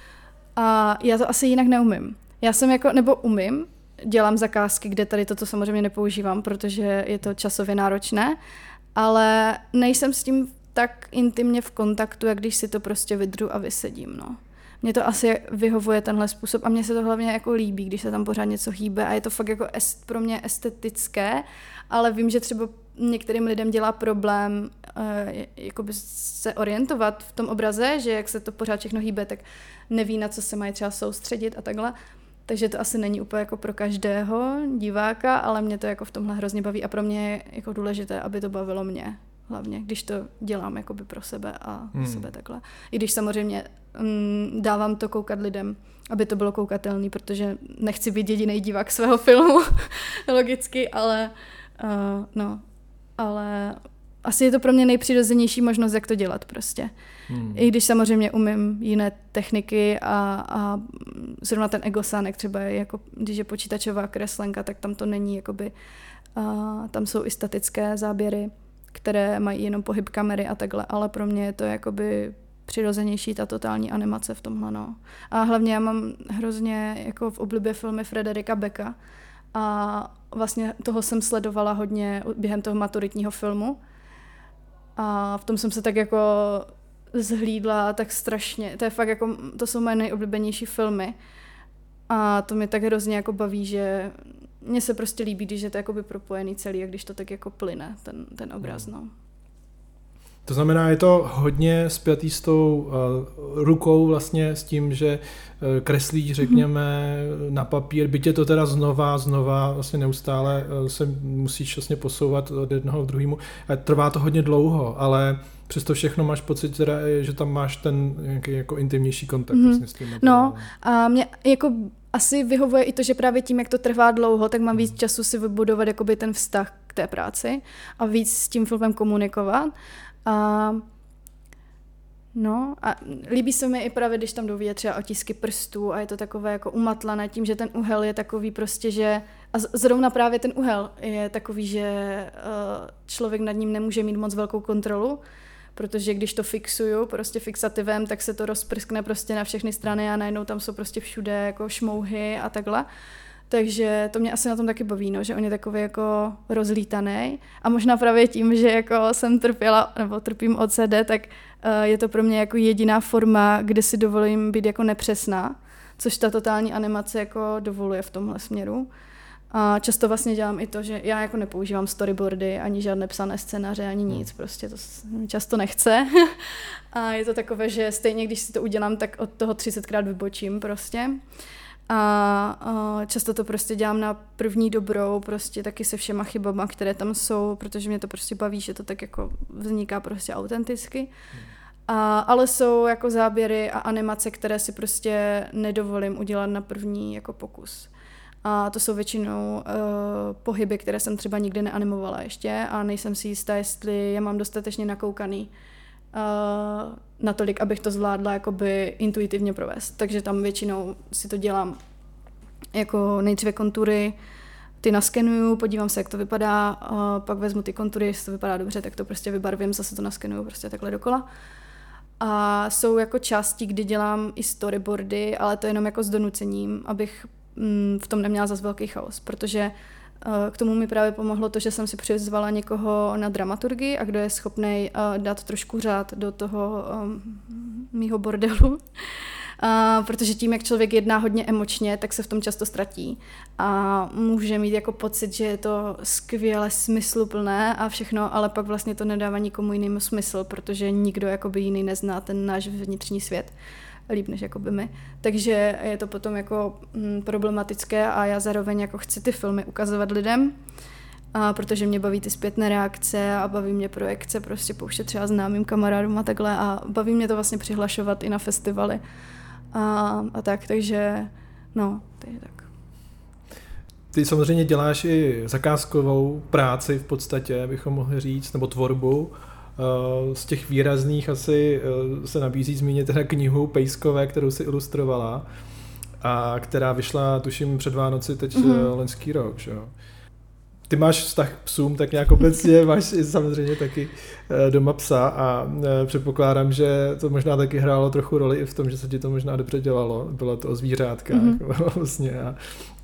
A já to asi jinak neumím. Já jsem jako, nebo umím, dělám zakázky, kde tady toto samozřejmě nepoužívám, protože je to časově náročné, ale nejsem s tím tak intimně v kontaktu, jak když si to prostě vydru a vysedím, no. Mně to asi vyhovuje tenhle způsob a mně se to hlavně jako líbí, když se tam pořád něco hýbe a je to fakt jako est, pro mě estetické, ale vím, že třeba některým lidem dělá problém eh, jakoby se orientovat v tom obraze, že jak se to pořád všechno hýbe, tak neví, na co se mají třeba soustředit a takhle. Takže to asi není úplně jako pro každého diváka, ale mě to jako v tomhle hrozně baví a pro mě je jako důležité, aby to bavilo mě. Hlavně, když to dělám jakoby pro sebe a hmm. sebe takhle. I když samozřejmě mm, dávám to koukat lidem, aby to bylo koukatelné, protože nechci být jediný divák svého filmu, logicky, ale uh, no, ale asi je to pro mě nejpřirozenější možnost, jak to dělat prostě. Hmm. I když samozřejmě umím jiné techniky a, a zrovna ten egosánek třeba je jako, když je počítačová kreslenka, tak tam to není jakoby, uh, tam jsou i statické záběry, které mají jenom pohyb kamery a takhle, ale pro mě je to jakoby přirozenější ta totální animace v tomhle, no. A hlavně já mám hrozně jako v oblibě filmy Frederika Becka a vlastně toho jsem sledovala hodně během toho maturitního filmu a v tom jsem se tak jako zhlídla tak strašně, to je fakt jako, to jsou moje nejoblíbenější filmy A to mě tak hrozně jako baví, že mně se prostě líbí, když je to jakoby propojený celý a když to tak jako plyne, ten, ten obraz, no. To znamená, je to hodně spjatý s tou uh, rukou vlastně s tím, že uh, kreslíš, řekněme, mm-hmm. na papír, byť je to teda znova, znova, vlastně neustále uh, se musíš vlastně posouvat od jednoho k druhému. A trvá to hodně dlouho, ale přesto všechno máš pocit, teda, že tam máš ten nějaký jako intimnější kontakt mm-hmm. vlastně s tím. No a mě jako asi vyhovuje i to, že právě tím, jak to trvá dlouho, tak mám víc času si vybudovat jakoby ten vztah k té práci a víc s tím filmem komunikovat. A no a líbí se mi i právě, když tam jdou vidět třeba otisky prstů a je to takové jako umatlané tím, že ten úhel je takový prostě, že a zrovna právě ten úhel je takový, že uh, člověk nad ním nemůže mít moc velkou kontrolu, protože když to fixuju prostě fixativem, tak se to rozprskne prostě na všechny strany a najednou tam jsou prostě všude jako šmouhy a takhle. Takže to mě asi na tom taky baví, no, že on je takový jako rozlítaný a možná právě tím, že jako jsem trpěla, nebo trpím O C D, tak uh, je to pro mě jako jediná forma, kde si dovolím být jako nepřesná, což ta totální animace jako dovoluje v tomhle směru. A často vlastně dělám i to, že já jako nepoužívám storyboardy, ani žádné psané scénáře, ani nic, prostě to mi často nechce. A je to takové, že stejně když si to udělám, tak od toho třicetkrát vybočím prostě. A, a často to prostě dělám na první dobrou, prostě taky se všema chybama, které tam jsou, protože mě to prostě baví, že to tak jako vzniká prostě autenticky. A, ale jsou jako záběry a animace, které si prostě nedovolím udělat na první jako pokus. A to jsou většinou uh, pohyby, které jsem třeba nikdy neanimovala ještě a nejsem si jistá, jestli je mám dostatečně nakoukaný uh, natolik, abych to zvládla jakoby intuitivně provést. Takže tam většinou si to dělám jako nejdříve kontury, ty naskenuju, podívám se, jak to vypadá, uh, pak vezmu ty kontury, jestli to vypadá dobře, tak to prostě vybarvím, zase to naskenuju prostě takhle dokola. A jsou jako části, kdy dělám i storyboardy, ale to je jenom jako s donucením, abych v tom neměla zas velký chaos, protože k tomu mi právě pomohlo to, že jsem si přizvala někoho na dramaturgii a kdo je schopný dát trošku řád do toho um, mýho bordelu. A protože tím, jak člověk jedná hodně emočně, tak se v tom často ztratí a může mít jako pocit, že je to skvěle smysluplné a všechno, ale pak vlastně to nedává nikomu jinému smysl, protože nikdo jakoby jiný nezná ten náš vnitřní svět líp než jakoby my. Takže je to potom jako hm, problematické a já zároveň jako chci ty filmy ukazovat lidem, a protože mě baví ty zpětné reakce a baví mě projekce, prostě pouštět třeba známým kamarádům a takhle a baví mě to vlastně přihlašovat i na festivaly a, a tak, takže no, takže tak. Ty samozřejmě děláš i zakázkovou práci v podstatě, bychom mohli říct, nebo tvorbu. Z těch výrazných asi se nabízí zmínit teda knihu Pejskové, kterou si ilustrovala a která vyšla, tuším, před Vánoci teď mm-hmm. loňský rok, že jo. Ty máš vztah k psům, tak nějak obecně máš samozřejmě taky doma psa a předpokládám, že to možná taky hrálo trochu roli i v tom, že se ti to možná dobře dělalo. Bylo to o zvířátkách mm-hmm. vlastně. A, a,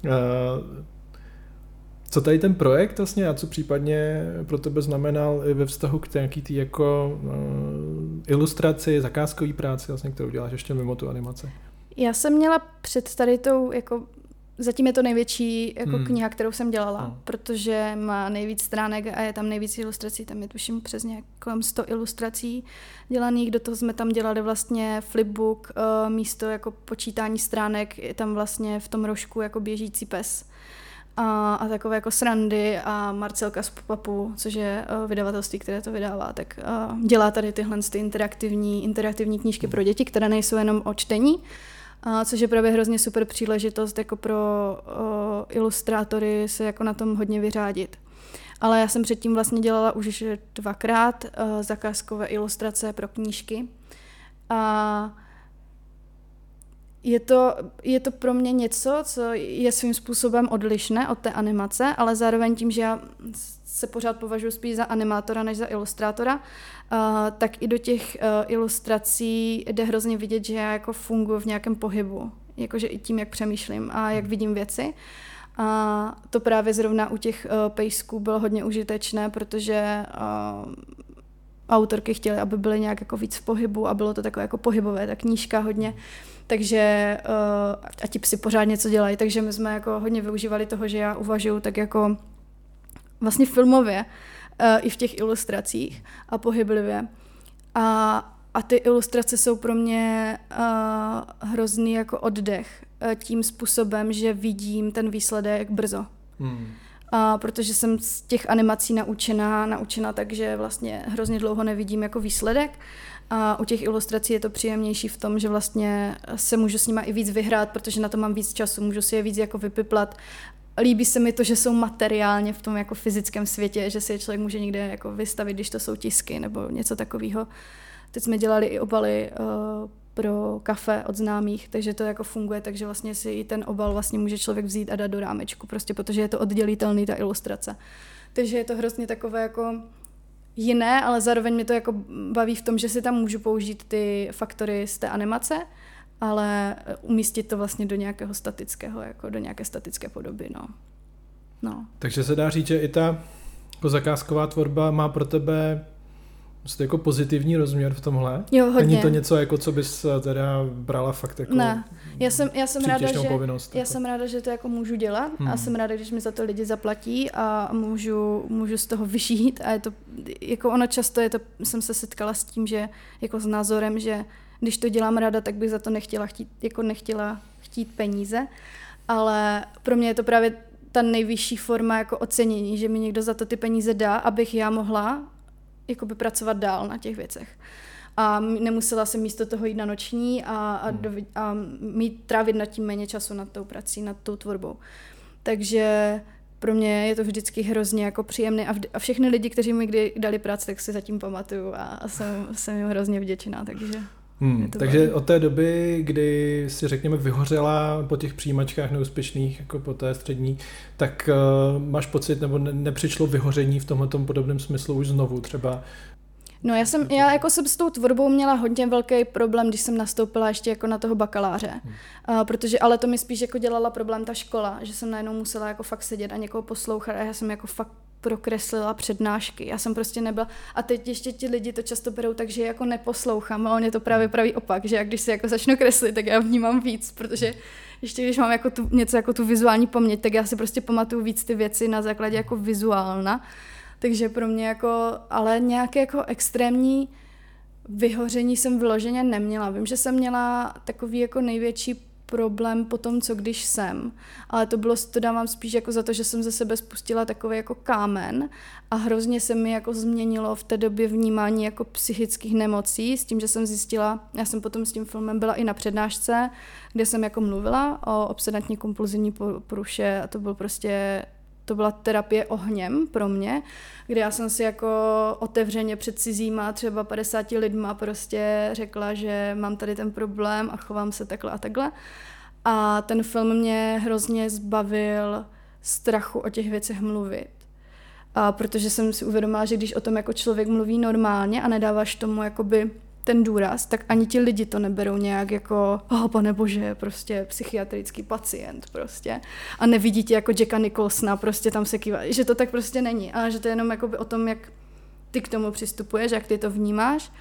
co tady ten projekt vlastně a co případně pro tebe znamenal i ve vztahu k nějaký tý jako uh, ilustraci, zakázkový práci, vlastně, kterou děláš ještě mimo tu animaci? Já jsem měla před tady tou, jako zatím je to největší jako hmm. kniha, kterou jsem dělala, hmm. protože má nejvíc stránek a je tam nejvíc ilustrací, tam je tuším přes nějak kolem sto ilustrací dělaných, do toho jsme tam dělali vlastně flipbook, uh, místo jako počítání stránek, je tam vlastně v tom rožku jako běžící pes. A, a takové jako srandy a Marcelka z Pop-upu, což je uh, vydavatelství, které to vydává, tak uh, dělá tady tyhle ty interaktivní, interaktivní knížky pro děti, které nejsou jenom o čtení, uh, což je právě hrozně super příležitost jako pro uh, ilustrátory se jako na tom hodně vyřádit. Ale já jsem předtím vlastně dělala už dvakrát uh, zakázkové ilustrace pro knížky a Je to, je to pro mě něco, co je svým způsobem odlišné od té animace, ale zároveň tím, že já se pořád považuji spíš za animátora než za ilustrátora, uh, tak i do těch uh, ilustrací jde hrozně vidět, že já jako funguji v nějakém pohybu, jakože i tím, jak přemýšlím a jak vidím věci. A to právě zrovna u těch uh, pejsků bylo hodně užitečné, protože uh, autorky chtěly, aby byly nějak jako víc v pohybu a bylo to takové jako pohybové, ta knížka hodně. Takže uh, a ti psi pořád něco dělají, takže my jsme jako hodně využívali toho, že já uvažuju tak jako vlastně filmově uh, i v těch ilustracích a pohyblivě. A, a ty ilustrace jsou pro mě uh, hrozný jako oddech uh, tím způsobem, že vidím ten výsledek brzo. Hmm. A protože jsem z těch animací naučená, naučená tak, že vlastně hrozně dlouho nevidím jako výsledek. A u těch ilustrací je to příjemnější v tom, že vlastně se můžu s nima i víc vyhrát, protože na to mám víc času, můžu si je víc jako vypiplat. Líbí se mi to, že jsou materiálně v tom jako fyzickém světě, že si je člověk může někde jako vystavit, když to jsou tisky nebo něco takového. Teď jsme dělali i obaly uh, pro kafe od známých, takže to jako funguje, takže vlastně si i ten obal vlastně může člověk vzít a dát do rámečku, prostě protože je to oddělitelný, ta ilustrace. Takže je to hrozně takové jako jiné, ale zároveň mě to jako baví v tom, že si tam můžu použít ty faktory z té animace, ale umístit to vlastně do nějakého statického, jako do nějaké statické podoby, no. no. Takže se dá říct, že i ta jako zakázková tvorba má pro tebe prostě jako pozitivní rozměr v tomhle? Jo, hodně. Není to něco, jako co bys teda brala fakt jako ne. Já jsem, já jsem ráda, že, povinnost, já jako. jsem ráda, že to jako můžu dělat hmm. a jsem ráda, když mi za to lidi zaplatí a můžu, můžu z toho vyžít a je to, jako ono často je to, jsem se setkala s tím, že jako s názorem, že když to dělám ráda, tak bych za to nechtěla chtít, jako nechtěla chtít peníze, ale pro mě je to právě ta nejvyšší forma jako ocenění, že mi někdo za to ty peníze dá, abych já mohla jakoby pracovat dál na těch věcech. A nemusela jsem místo toho jít na noční a, a, do, a mít trávit nad tím méně času nad tou prací, nad tou tvorbou. Takže pro mě je to vždycky hrozně jako příjemné a, vždy, a všechny lidi, kteří mi kdy dali práci, tak si zatím pamatuju a, a jsem, jsem jim hrozně vděčná, takže... Hmm, takže baví. Od té doby, kdy si řekněme vyhořela po těch přijímačkách neúspěšných, jako po té střední, tak uh, máš pocit, nebo ne, nepřišlo vyhoření v tomhletom podobném smyslu už znovu třeba? No já jsem, já jako jsem s tou tvorbou měla hodně velký problém, když jsem nastoupila ještě jako na toho bakaláře, hmm. uh, protože, ale to mi spíš jako dělala problém ta škola, že jsem najednou musela jako fakt sedět a někoho poslouchat a já jsem jako fakt prokreslila přednášky. Já jsem prostě nebyla. A teď ještě ti lidi to často berou tak, že jako neposlouchám, ale on je to právě pravý opak, že jak když si jako začnu kreslit, tak já vnímám víc, protože ještě když mám jako tu, něco jako tu vizuální paměť, tak já si prostě pamatuju víc ty věci na základě jako vizuálna. Takže pro mě jako, ale nějaké jako extrémní vyhoření jsem vyloženě neměla. Vím, že jsem měla takový jako největší problém po tom, co když jsem. Ale to bylo, to dávám spíš jako za to, že jsem ze sebe spustila takový jako kámen a hrozně se mi jako změnilo v té době vnímání jako psychických nemocí s tím, že jsem zjistila, já jsem potom s tím filmem byla i na přednášce, kde jsem jako mluvila o obsedantní kompulzivní poruše a to byl prostě to byla terapie ohněm pro mě, kde já jsem si jako otevřeně před cizíma třeba padesáti lidma prostě řekla, že mám tady ten problém a chovám se takhle a takhle. A ten film mě hrozně zbavil strachu o těch věcech mluvit. A protože jsem si uvědomila, že když o tom jako člověk mluví normálně a nedáváš tomu jakoby ten důraz, tak ani ti lidi to neberou nějak jako oh, pane bože, prostě psychiatrický pacient prostě a nevidí tě jako Jacka Nicholsona, prostě tam se kývá, že to tak prostě není, ale že to je jenom jakoby o tom, jak ty k tomu přistupuješ, jak ty to vnímáš.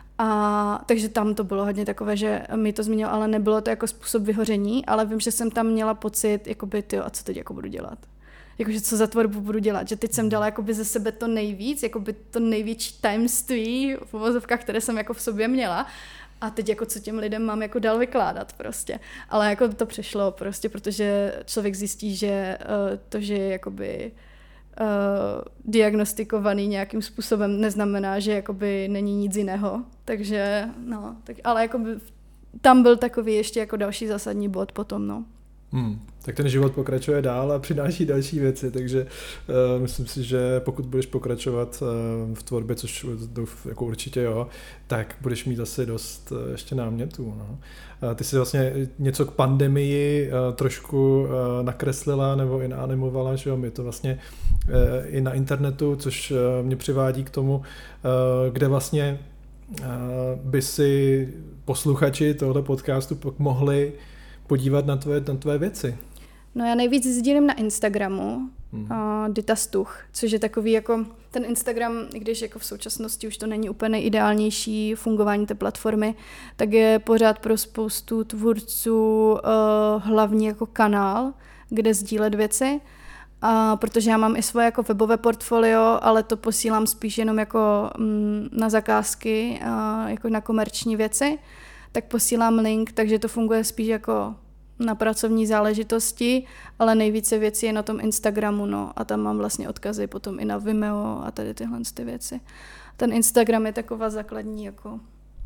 A takže tam to bylo hodně takové, že mi to zmínilo, ale nebylo to jako způsob vyhoření, ale vím, že jsem tam měla pocit, jakoby tyjo, a co teď jako budu dělat? Jakože co za tvorbu budu dělat, že teď jsem dala jakoby ze sebe to nejvíc, jakoby to největší tajemství v uvozovkách, které jsem jako v sobě měla a teď jako co těm lidem mám jako dál vykládat prostě. Ale jako to přešlo prostě, protože člověk zjistí, že uh, to, že je jakoby uh, diagnostikovaný nějakým způsobem neznamená, že jakoby není nic jiného, takže no, tak, ale jakoby tam byl takový ještě jako další zásadní bod potom, no. Hmm, tak ten život pokračuje dál a přináší další věci, takže uh, myslím si, že pokud budeš pokračovat uh, v tvorbě, což jako určitě jo, tak budeš mít asi dost uh, ještě námětů. No. Uh, ty jsi vlastně něco k pandemii uh, trošku uh, nakreslila nebo i naanimovala, že jo, je to vlastně uh, i na internetu, což uh, mě přivádí k tomu, uh, kde vlastně uh, by si posluchači tohle podcastu pak mohli podívat na tvoje, na tvoje věci. No já nejvíc sdílím na Instagramu, Hmm. Uh, Dita Stuch, což je takový jako ten Instagram, i když jako v současnosti už to není úplně nejideálnější fungování té platformy, tak je pořád pro spoustu tvůrců uh, hlavní jako kanál, kde sdílet věci. A protože já mám i svoje jako webové portfolio, ale to posílám spíš jenom jako mm, na zakázky, a jako na komerční věci, tak posílám link, takže to funguje spíš jako na pracovní záležitosti, ale nejvíce věcí je na tom Instagramu, no, a tam mám vlastně odkazy potom i na Vimeo a tady tyhle ty věci. Ten Instagram je taková základní jako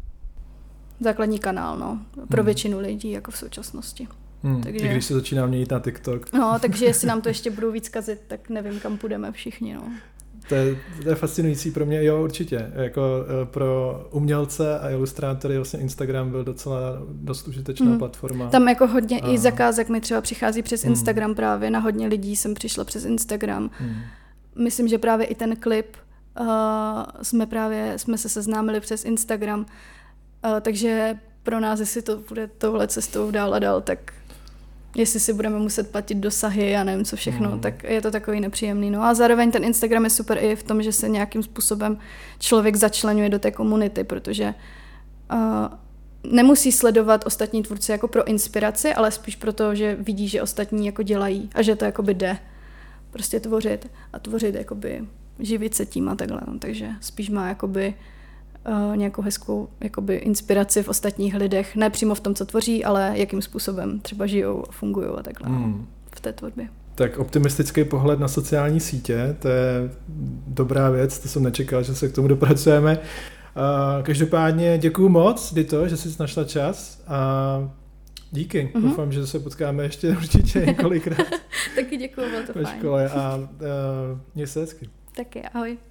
základní kanál, no, pro hmm. většinu lidí jako v současnosti. Hmm, takže... I když se začíná měnit na TikTok. No, takže jestli nám to ještě budou víc kazit, tak nevím, kam půjdeme všichni, no. To je, to je fascinující pro mě, jo, určitě. Jako pro umělce a ilustrátory vlastně Instagram byl docela dost užitečná hmm. platforma. Tam jako hodně a... i zakázek mi třeba přichází přes hmm. Instagram právě, na hodně lidí jsem přišla přes Instagram. Hmm. Myslím, že právě i ten klip uh, jsme právě, jsme se seznámili přes Instagram, uh, takže pro nás, jestli to bude touhle cestou dál a dál, tak jestli si budeme muset platit dosahy a nevím co všechno, mm. tak je to takový nepříjemný. No a zároveň ten Instagram je super i v tom, že se nějakým způsobem člověk začleňuje do té komunity, protože uh, nemusí sledovat ostatní tvůrce jako pro inspiraci, ale spíš proto, že vidí, že ostatní jako dělají a že to jakoby jde prostě tvořit a tvořit jakoby živit se tím a takhle. No, takže spíš má jakoby Uh, nějakou hezkou jakoby, inspiraci v ostatních lidech, ne přímo v tom, co tvoří, ale jakým způsobem třeba žijou, fungují a takhle hmm. v té tvorbě. Tak optimistický pohled na sociální sítě, to je dobrá věc, to jsem nečekal, že se k tomu dopracujeme. Uh, každopádně děkuju moc, Dito, že jsi našla čas a díky. Mm-hmm. Doufám, že se potkáme ještě určitě několikrát. Taky děkuju, bylo to fajn. Ve škole a uh, měj se hezky. Taky, ahoj.